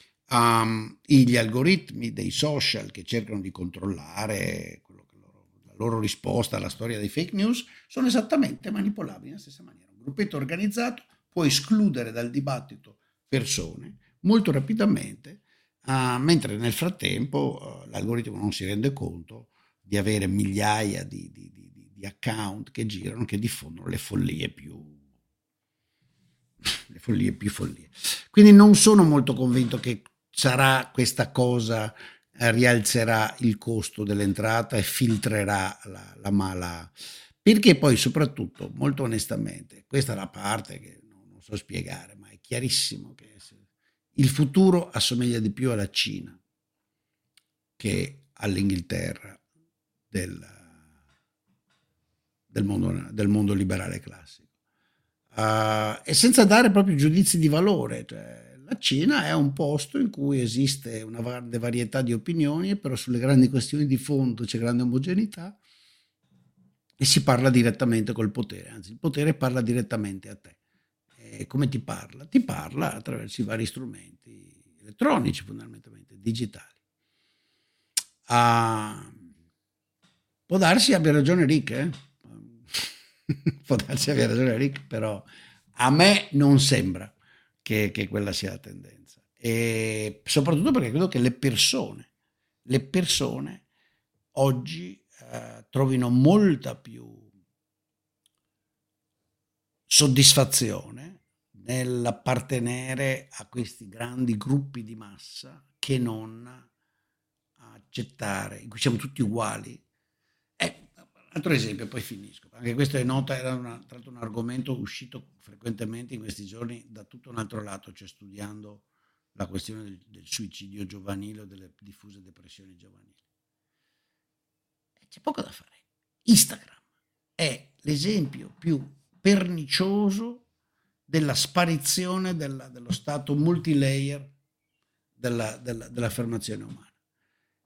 Gli algoritmi dei social che cercano di controllare la loro risposta alla storia dei fake news sono esattamente manipolabili nella stessa maniera. Un gruppetto organizzato può escludere dal dibattito persone molto rapidamente, mentre nel frattempo l'algoritmo non si rende conto di avere migliaia di account che girano, che diffondono le follie più follie. Quindi non sono molto convinto che sarà questa cosa, rialzerà il costo dell'entrata e filtrerà la mala, perché poi soprattutto, molto onestamente, questa è la parte che non so spiegare, ma è chiarissimo che il futuro assomiglia di più alla Cina che all'Inghilterra del mondo liberale classico. E senza dare proprio giudizi di valore, cioè, la Cina è un posto in cui esiste una grande varietà di opinioni, però sulle grandi questioni di fondo c'è grande omogeneità e si parla direttamente col potere, anzi il potere parla direttamente a te. E come ti parla? Ti parla attraverso i vari strumenti elettronici, fondamentalmente digitali. Può darsi abbia ragione Rick, può darsi abbia ragione Rick, però a me non sembra che quella sia la tendenza, e soprattutto perché credo che le persone oggi trovino molta più soddisfazione nell'appartenere a questi grandi gruppi di massa che non accettare, in cui siamo tutti uguali. Altro esempio, poi finisco, anche questo è nota, era tra l'altro un argomento uscito frequentemente in questi giorni da tutto un altro lato, cioè studiando la questione del suicidio giovanile o delle diffuse depressioni giovanili. C'è poco da fare. Instagram è l'esempio più pernicioso della sparizione dello stato multilayer dell'affermazione umana.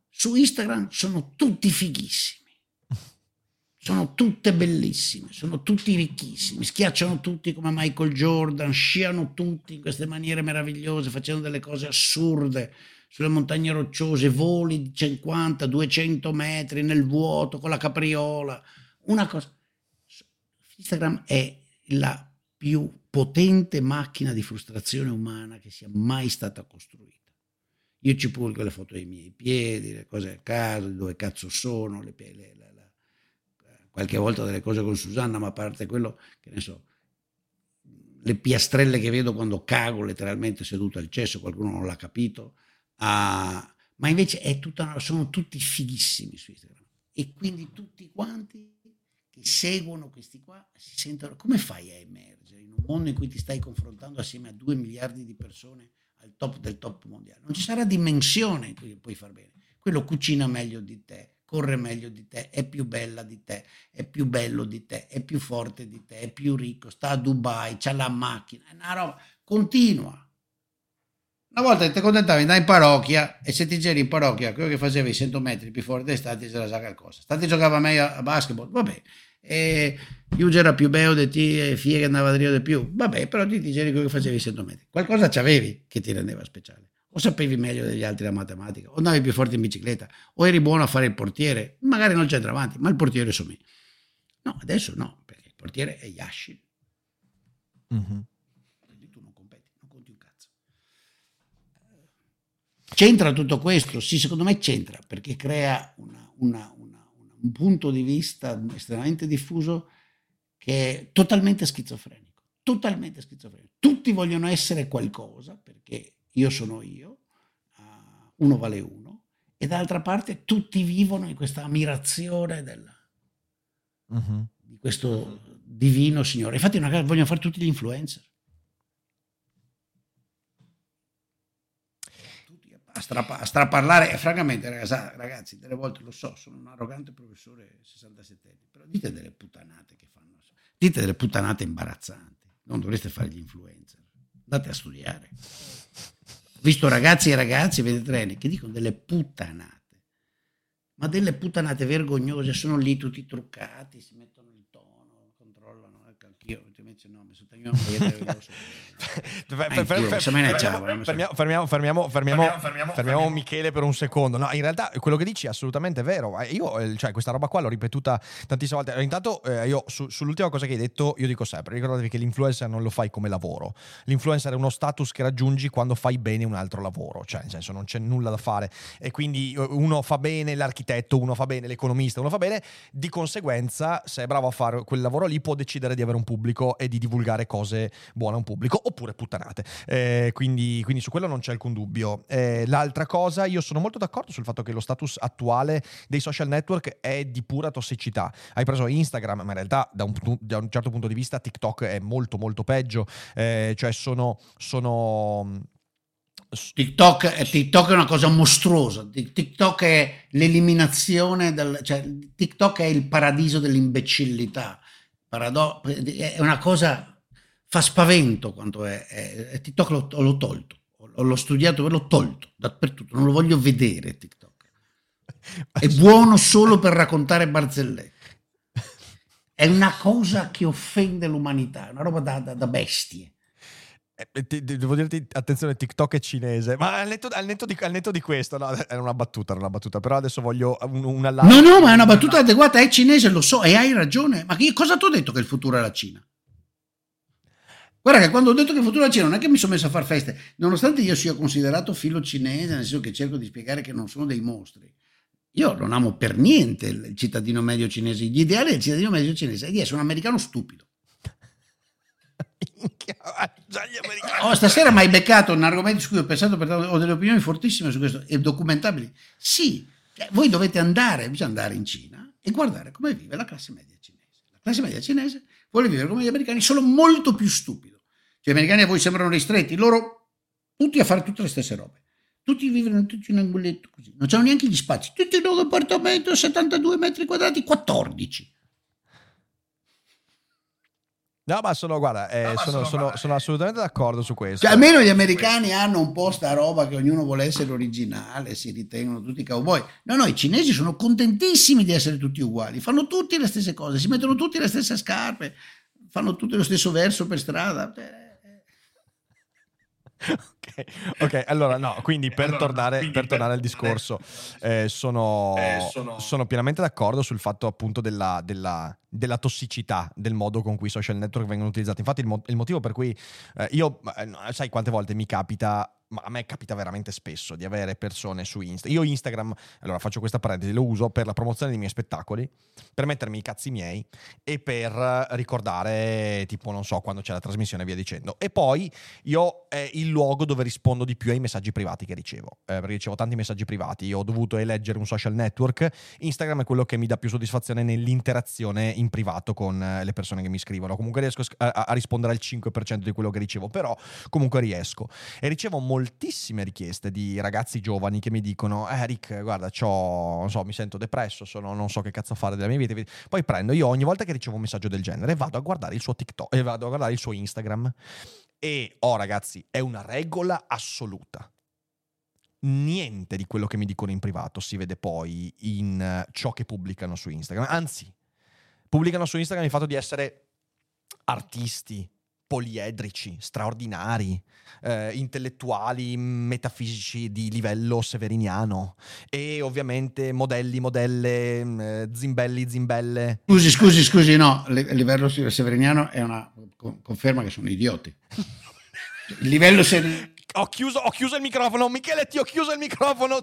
Su Instagram sono tutti fighissimi, sono tutte bellissime, sono tutti ricchissimi, schiacciano tutti come Michael Jordan, sciano tutti in queste maniere meravigliose, facendo delle cose assurde sulle montagne rocciose, voli di 50-200 metri nel vuoto con la capriola, una cosa. Instagram è la più potente macchina di frustrazione umana che sia mai stata costruita. Io ci pubblico le foto dei miei piedi, le cose a caso, di dove cazzo sono, qualche volta delle cose con Susanna, ma a parte quello, che ne so, le piastrelle che vedo quando cago letteralmente seduto al cesso, qualcuno non l'ha capito, ma invece sono tutti fighissimi su Instagram, e quindi tutti quanti che seguono questi qua si sentono. Come fai a emergere in un mondo in cui ti stai confrontando assieme a 2 miliardi di persone al top del top mondiale? Non ci sarà dimensione in cui puoi far bene. Quello cucina meglio di te, corre meglio di te, è più bella di te, è più bello di te, è più forte di te, è più ricco, sta a Dubai, c'ha la macchina, è una roba continua. Una volta ti contentavi, andai in parrocchia, e se ti giri in parrocchia, quello che facevi 100 metri più forte, stati se la sa qualcosa. Stati giocava meglio a basketball, vabbè. E io era più bello di te, e Fiera andava a dire di più, vabbè, però ti giri quello che facevi 100 metri. Qualcosa c'avevi che ti rendeva speciale. O sapevi meglio degli altri la matematica, o andavi più forte in bicicletta, o eri buono a fare il portiere, magari non c'entra avanti, ma il portiere so me. No, adesso no, perché il portiere è Yashin. Mm-hmm. Quindi tu non competi, non conti un cazzo. C'entra tutto questo? Sì, secondo me c'entra, perché crea un punto di vista estremamente diffuso che è totalmente schizofrenico. Tutti vogliono essere qualcosa, perché io sono io, uno vale uno, e dall'altra parte tutti vivono in questa ammirazione di questo divino Signore. Infatti vogliono fare tutti gli influencer. A straparlare, e francamente ragazzi, delle volte lo so, sono un arrogante professore 67 anni, però dite delle puttanate che fanno, dite delle puttanate imbarazzanti, non dovreste fare gli influencer, andate a studiare. Ho visto ragazzi e ragazze, 23 anni, che dicono delle puttanate, ma delle puttanate vergognose, sono lì tutti truccati, si mettono il tono, controllano, ecco, anch'io, invece no, mi sono tagliato fermiamo Michele per un secondo. No, in realtà quello che dici è assolutamente vero. Io, cioè, questa roba qua l'ho ripetuta tantissime volte. Intanto io sull'ultima cosa che hai detto, io dico sempre, ricordatevi che l'influencer non lo fai come lavoro. L'influencer è uno status che raggiungi quando fai bene un altro lavoro, cioè nel senso non c'è nulla da fare, e quindi uno fa bene l'architetto, uno fa bene l'economista, uno fa bene, di conseguenza se è bravo a fare quel lavoro lì può decidere di avere un pubblico e di divulgare cose buone a un pubblico, oppure puttanate, quindi su quello non c'è alcun dubbio. L'altra cosa, io sono molto d'accordo sul fatto che lo status attuale dei social network è di pura tossicità. Hai preso Instagram, ma in realtà da un certo punto di vista TikTok è molto molto peggio, cioè sono TikTok è una cosa mostruosa. TikTok è l'eliminazione cioè TikTok è il paradiso dell'imbecillità. È una cosa, fa spavento quanto è. TikTok l'ho tolto, l'ho studiato e l'ho tolto dappertutto, non lo voglio vedere TikTok. È buono solo per raccontare barzellette. È una cosa che offende l'umanità, è una roba da bestie. Devo dirti, attenzione, TikTok è cinese, ma al netto di questo, no, era una battuta, però adesso voglio una live. No, ma è una battuta adeguata, è cinese, lo so, e hai ragione, ma cosa ti ho detto che il futuro è la Cina? Guarda che quando ho detto che il futuro è la Cina non è che mi sono messo a far feste, nonostante io sia considerato filo cinese, nel senso che cerco di spiegare che non sono dei mostri. Io non amo per niente il cittadino medio cinese, l'ideale del cittadino medio cinese è di essere un americano stupido. Stasera mi hai beccato un argomento su cui ho pensato, ho delle opinioni fortissime su questo e documentabili. Sì, voi dovete bisogna andare in Cina e guardare come vive la classe media cinese. La classe media cinese vuole vivere come gli americani, solo molto più stupido. Cioè, gli americani a voi sembrano ristretti, loro tutti a fare tutte le stesse robe. Tutti vivono tutti in un angolletto così, non c'hanno neanche gli spazi. Tutti in un appartamento, 72 metri quadrati, 14. No, ma sono assolutamente d'accordo su questo. Cioè, almeno gli americani hanno un po' sta roba che ognuno vuole essere originale, si ritengono tutti cowboy. No, i cinesi sono contentissimi di essere tutti uguali, fanno tutti le stesse cose, si mettono tutti le stesse scarpe, fanno tutti lo stesso verso per strada. Ok, allora no, quindi per tornare al discorso, sono pienamente d'accordo sul fatto appunto della tossicità del modo con cui i social network vengono utilizzati. Infatti il motivo per cui io, sai quante volte mi capita, ma a me capita veramente spesso di avere persone su Instagram. Io Instagram, allora faccio questa parentesi, lo uso per la promozione dei miei spettacoli, per mettermi i cazzi miei e per ricordare, tipo, non so, quando c'è la trasmissione e via dicendo. E poi io è il luogo dove rispondo di più ai messaggi privati che ricevo, perché ricevo tanti messaggi privati. Io ho dovuto eleggere un social network. Instagram è quello che mi dà più soddisfazione nell'interazione in privato con le persone che mi scrivono. Comunque riesco a rispondere al 5% di quello che ricevo, però comunque riesco. E ricevo moltissime richieste di ragazzi giovani che mi dicono Rick, guarda, non so, mi sento depresso, non so che cazzo fare della mia vita. Poi prendo, io ogni volta che ricevo un messaggio del genere vado a guardare il suo TikTok e vado a guardare il suo Instagram e ragazzi, è una regola assoluta. Niente di quello che mi dicono in privato si vede poi in ciò che pubblicano su Instagram. Anzi, pubblicano su Instagram il fatto di essere artisti, poliedrici, straordinari, intellettuali, metafisici di livello severiniano e ovviamente modelli, modelle, zimbelle. Scusi, no, a livello severiniano è una conferma che sono idioti. Il livello Ho chiuso il microfono, Michele, ti ho chiuso il microfono.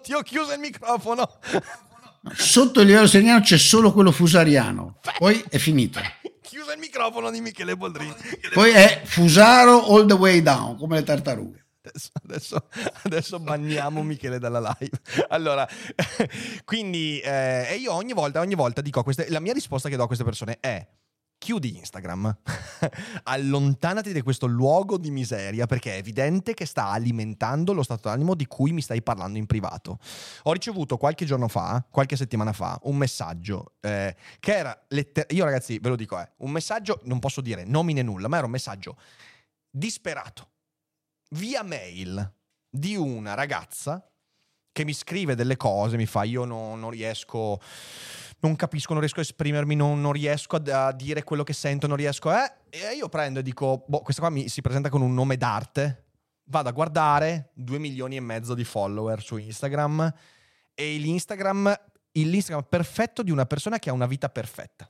Sotto il livello severiniano c'è solo quello fusariano, poi è finito. Chiuso il microfono di Michele Boldrini. Poi è Fusaro all the way down, come le tartarughe. Adesso banniamo Michele dalla live. Allora, quindi io ogni volta dico la mia risposta che do a queste persone è: chiudi Instagram, allontanati da questo luogo di miseria, perché è evidente che sta alimentando lo stato d'animo di cui mi stai parlando in privato. Ho ricevuto qualche settimana fa, un messaggio che era io ragazzi ve lo dico, un messaggio, non posso dire nomi né nulla, ma era un messaggio disperato via mail di una ragazza che mi scrive delle cose, mi fa io non riesco, non capisco, non riesco a esprimermi, non riesco a dire quello che sento, non riesco e io prendo e dico questa qua si presenta con un nome d'arte, vado a guardare 2,5 milioni di follower su Instagram e l'Instagram perfetto di una persona che ha una vita perfetta.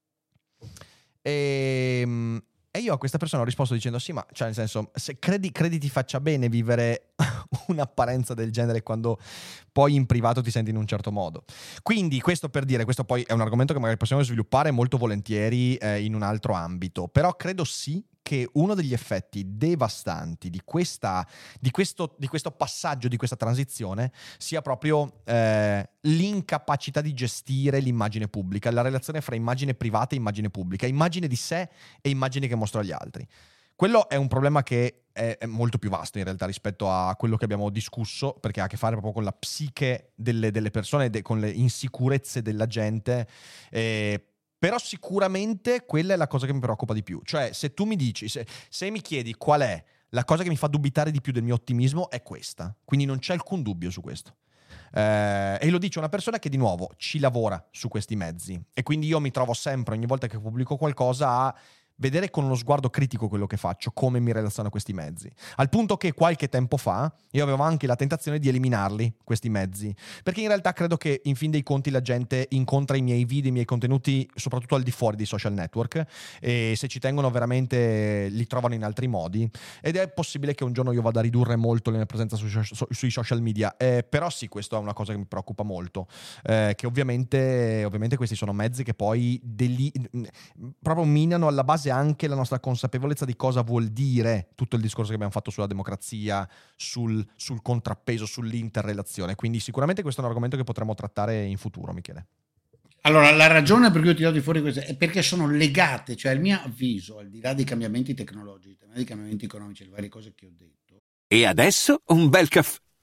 E io a questa persona ho risposto dicendo sì, ma cioè nel senso, se credi ti faccia bene vivere un'apparenza del genere quando poi in privato ti senti in un certo modo. Quindi questo per dire, questo poi è un argomento che magari possiamo sviluppare molto volentieri in un altro ambito, però credo sì che uno degli effetti devastanti di questo passaggio, di questa transizione, sia proprio l'incapacità di gestire l'immagine pubblica, la relazione fra immagine privata e immagine pubblica, immagine di sé e immagine che mostro agli altri. Quello è un problema che è molto più vasto in realtà rispetto a quello che abbiamo discusso, perché ha a che fare proprio con la psiche delle persone, con le insicurezze della gente. Però sicuramente quella è la cosa che mi preoccupa di più. Cioè, se tu mi dici, se mi chiedi qual è la cosa che mi fa dubitare di più del mio ottimismo, è questa. Quindi non c'è alcun dubbio su questo. E lo dice una persona che di nuovo ci lavora su questi mezzi. E quindi io mi trovo sempre, ogni volta che pubblico qualcosa, a vedere con uno sguardo critico quello che faccio, come mi relaziono a questi mezzi. Al punto che qualche tempo fa io avevo anche la tentazione di eliminarli, questi mezzi, perché in realtà credo che in fin dei conti la gente incontra i miei video, i miei contenuti soprattutto al di fuori dei social network, e se ci tengono veramente li trovano in altri modi, ed è possibile che un giorno io vada a ridurre molto la mia presenza sui social media, però sì, questo è una cosa che mi preoccupa molto, che ovviamente questi sono mezzi che poi proprio minano alla base anche la nostra consapevolezza di cosa vuol dire tutto il discorso che abbiamo fatto sulla democrazia, sul contrappeso, sull'interrelazione. Quindi sicuramente questo è un argomento che potremo trattare in futuro, Michele. Allora, la ragione per cui ho tirato fuori questo è perché sono legate, cioè il mio avviso, al di là dei cambiamenti tecnologici, dei cambiamenti economici, le varie cose che ho detto. E adesso un bel caffè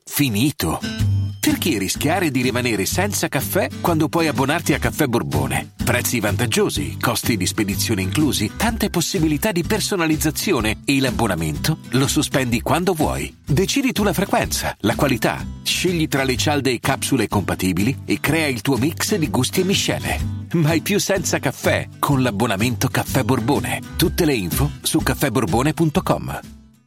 finito. Perché rischiare di rimanere senza caffè quando puoi abbonarti a Caffè Borbone? Prezzi vantaggiosi, costi di spedizione inclusi, tante possibilità di personalizzazione e l'abbonamento lo sospendi quando vuoi. Decidi tu la frequenza, la qualità, scegli tra le cialde e capsule compatibili e crea il tuo mix di gusti e miscele. Mai più senza caffè con l'abbonamento Caffè Borbone. Tutte le info su caffèborbone.com.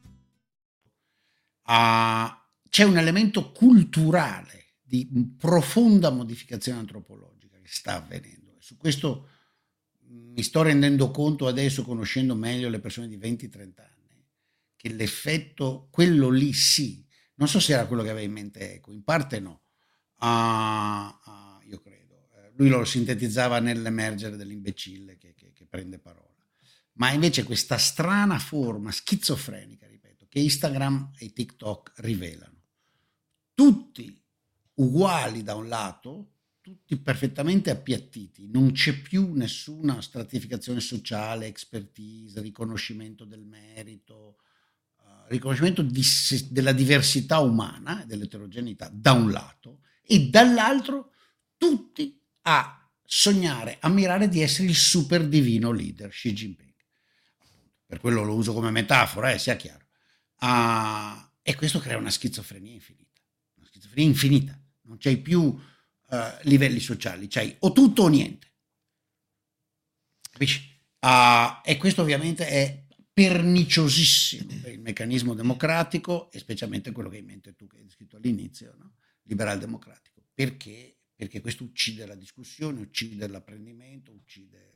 C'è un elemento culturale di profonda modificazione antropologica che sta avvenendo. Su questo mi sto rendendo conto adesso, conoscendo meglio le persone di 20-30 anni, che l'effetto, quello lì sì, non so se era quello che aveva in mente Eco, in parte no, io credo. Lui lo sintetizzava nell'emergere dell'imbecille che prende parola. Ma invece questa strana forma schizofrenica, ripeto, che Instagram e TikTok rivelano. Tutti uguali da un lato, tutti perfettamente appiattiti, non c'è più nessuna stratificazione sociale, expertise, riconoscimento del merito, riconoscimento della diversità umana, dell'eterogeneità da un lato, e dall'altro tutti a sognare, ammirare di essere il super divino leader Xi Jinping. Per quello lo uso come metafora, sia chiaro. E questo crea una schizofrenia infinita, non c'hai più livelli sociali, c'hai o tutto o niente, capisci? E questo ovviamente è perniciosissimo per il meccanismo democratico, e specialmente quello che hai in mente tu, che hai descritto all'inizio, no? Liberal democratico, perché questo uccide la discussione, uccide l'apprendimento, uccide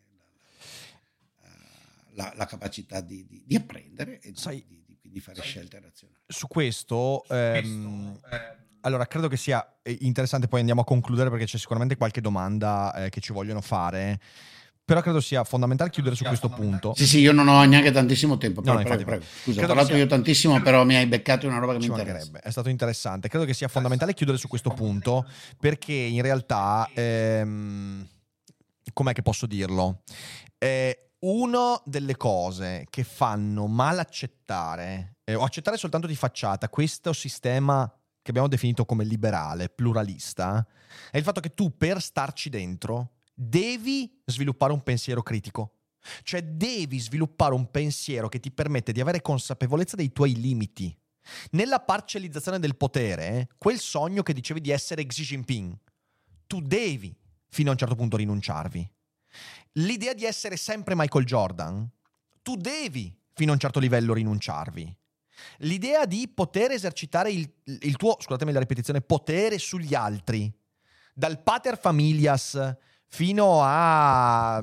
la capacità di apprendere e di fare scelte razionali. Su questo, allora credo che sia interessante, poi andiamo a concludere perché c'è sicuramente qualche domanda che ci vogliono fare, però credo sia fondamentale chiudere su questo punto. Sì, io non ho neanche tantissimo tempo, però infatti, prego. Scusa, ho parlato io tantissimo, però mi hai beccato una roba che mi interessa. È stato interessante. Credo che sia fondamentale chiudere su questo punto, perché in realtà, com'è che posso dirlo? Una delle cose che fanno mal accettare, o accettare soltanto di facciata, questo sistema che abbiamo definito come liberale, pluralista, è il fatto che tu, per starci dentro, devi sviluppare un pensiero critico. Cioè devi sviluppare un pensiero che ti permette di avere consapevolezza dei tuoi limiti. Nella parcellizzazione del potere, quel sogno che dicevi di essere Xi Jinping, tu devi fino a un certo punto rinunciarvi. L'idea di essere sempre Michael Jordan, tu devi fino a un certo livello rinunciarvi. L'idea di poter esercitare il tuo, scusatemi la ripetizione, potere sugli altri, dal pater familias fino a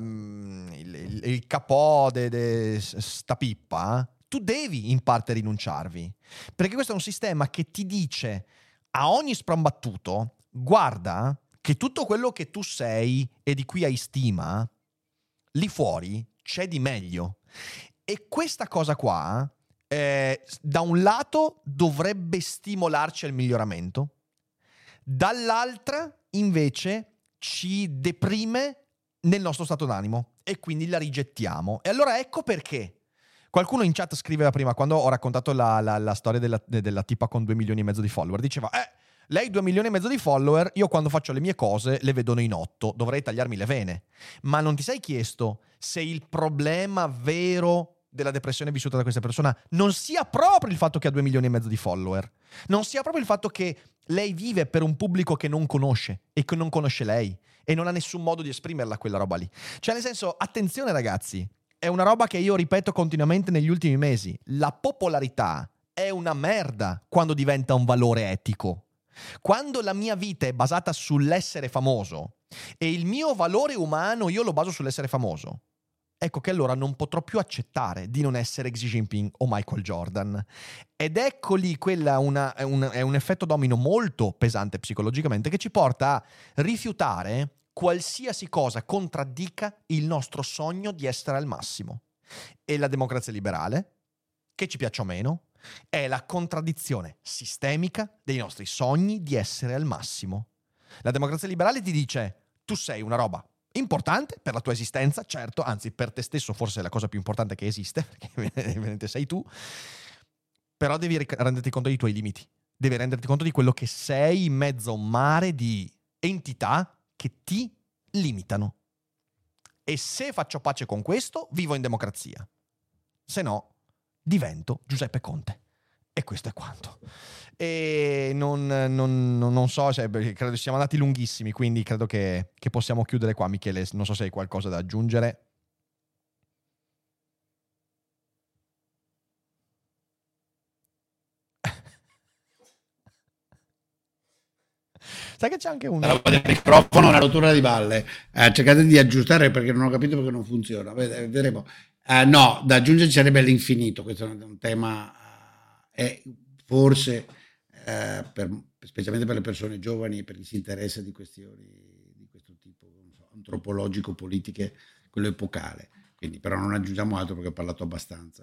il capò de sta pippa, tu devi in parte rinunciarvi, perché questo è un sistema che ti dice a ogni sprombattuto: guarda che tutto quello che tu sei e di cui hai stima, lì fuori c'è di meglio. E questa cosa qua, da un lato dovrebbe stimolarci al miglioramento, dall'altra invece ci deprime nel nostro stato d'animo e quindi la rigettiamo. E allora ecco perché qualcuno in chat scriveva prima, quando ho raccontato la storia della tipa con 2 milioni e mezzo di follower, diceva lei 2 milioni e mezzo di follower, io quando faccio le mie cose le vedono in 8, dovrei tagliarmi le vene. Ma non ti sei chiesto se il problema vero della depressione vissuta da questa persona non sia proprio il fatto che ha 2 milioni e mezzo di follower, non sia proprio il fatto che lei vive per un pubblico che non conosce e che non conosce lei e non ha nessun modo di esprimerla quella roba lì. Cioè, nel senso, attenzione ragazzi, è una roba che io ripeto continuamente negli ultimi mesi: la popolarità è una merda quando diventa un valore etico. Quando la mia vita è basata sull'essere famoso e il mio valore umano io lo baso sull'essere famoso, ecco che allora non potrò più accettare di non essere Xi Jinping o Michael Jordan. Ed ecco lì, quella è un effetto domino molto pesante psicologicamente, che ci porta a rifiutare qualsiasi cosa contraddica il nostro sogno di essere al massimo. E la democrazia liberale, che ci piaccia o meno, è la contraddizione sistemica dei nostri sogni di essere al massimo. La democrazia liberale ti dice: tu sei una roba importante per la tua esistenza, certo, anzi per te stesso forse è la cosa più importante che esiste, perché ovviamente sei tu, però devi renderti conto dei tuoi limiti, devi renderti conto di quello che sei in mezzo a un mare di entità che ti limitano. E se faccio pace con questo, vivo in democrazia. Se no, divento Giuseppe Conte. E questo è quanto. E non so, credo siamo andati lunghissimi, quindi credo che possiamo chiudere qua. Michele, non so se hai qualcosa da aggiungere. Sai che c'è anche un... La roba del microfono, una rottura di balle. Cercate di aggiustare perché non ho capito perché non funziona. Vedremo. No, da aggiungere sarebbe all'infinito. Questo è un tema, forse, specialmente per le persone giovani, per chi si interessa di questioni di questo tipo, non so, antropologico-politiche, quello epocale. Quindi, però non aggiungiamo altro perché ho parlato abbastanza.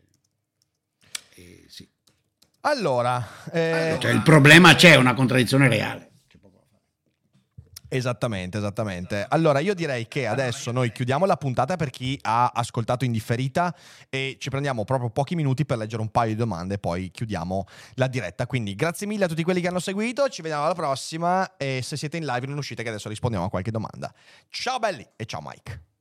Sì. Allora, cioè, il problema c'è, una contraddizione reale. Esattamente. Allora io direi che adesso noi chiudiamo la puntata per chi ha ascoltato in differita e ci prendiamo proprio pochi minuti per leggere un paio di domande e poi chiudiamo la diretta. Quindi grazie mille a tutti quelli che hanno seguito, ci vediamo alla prossima e se siete in live non uscite che adesso rispondiamo a qualche domanda. Ciao belli e ciao Mike.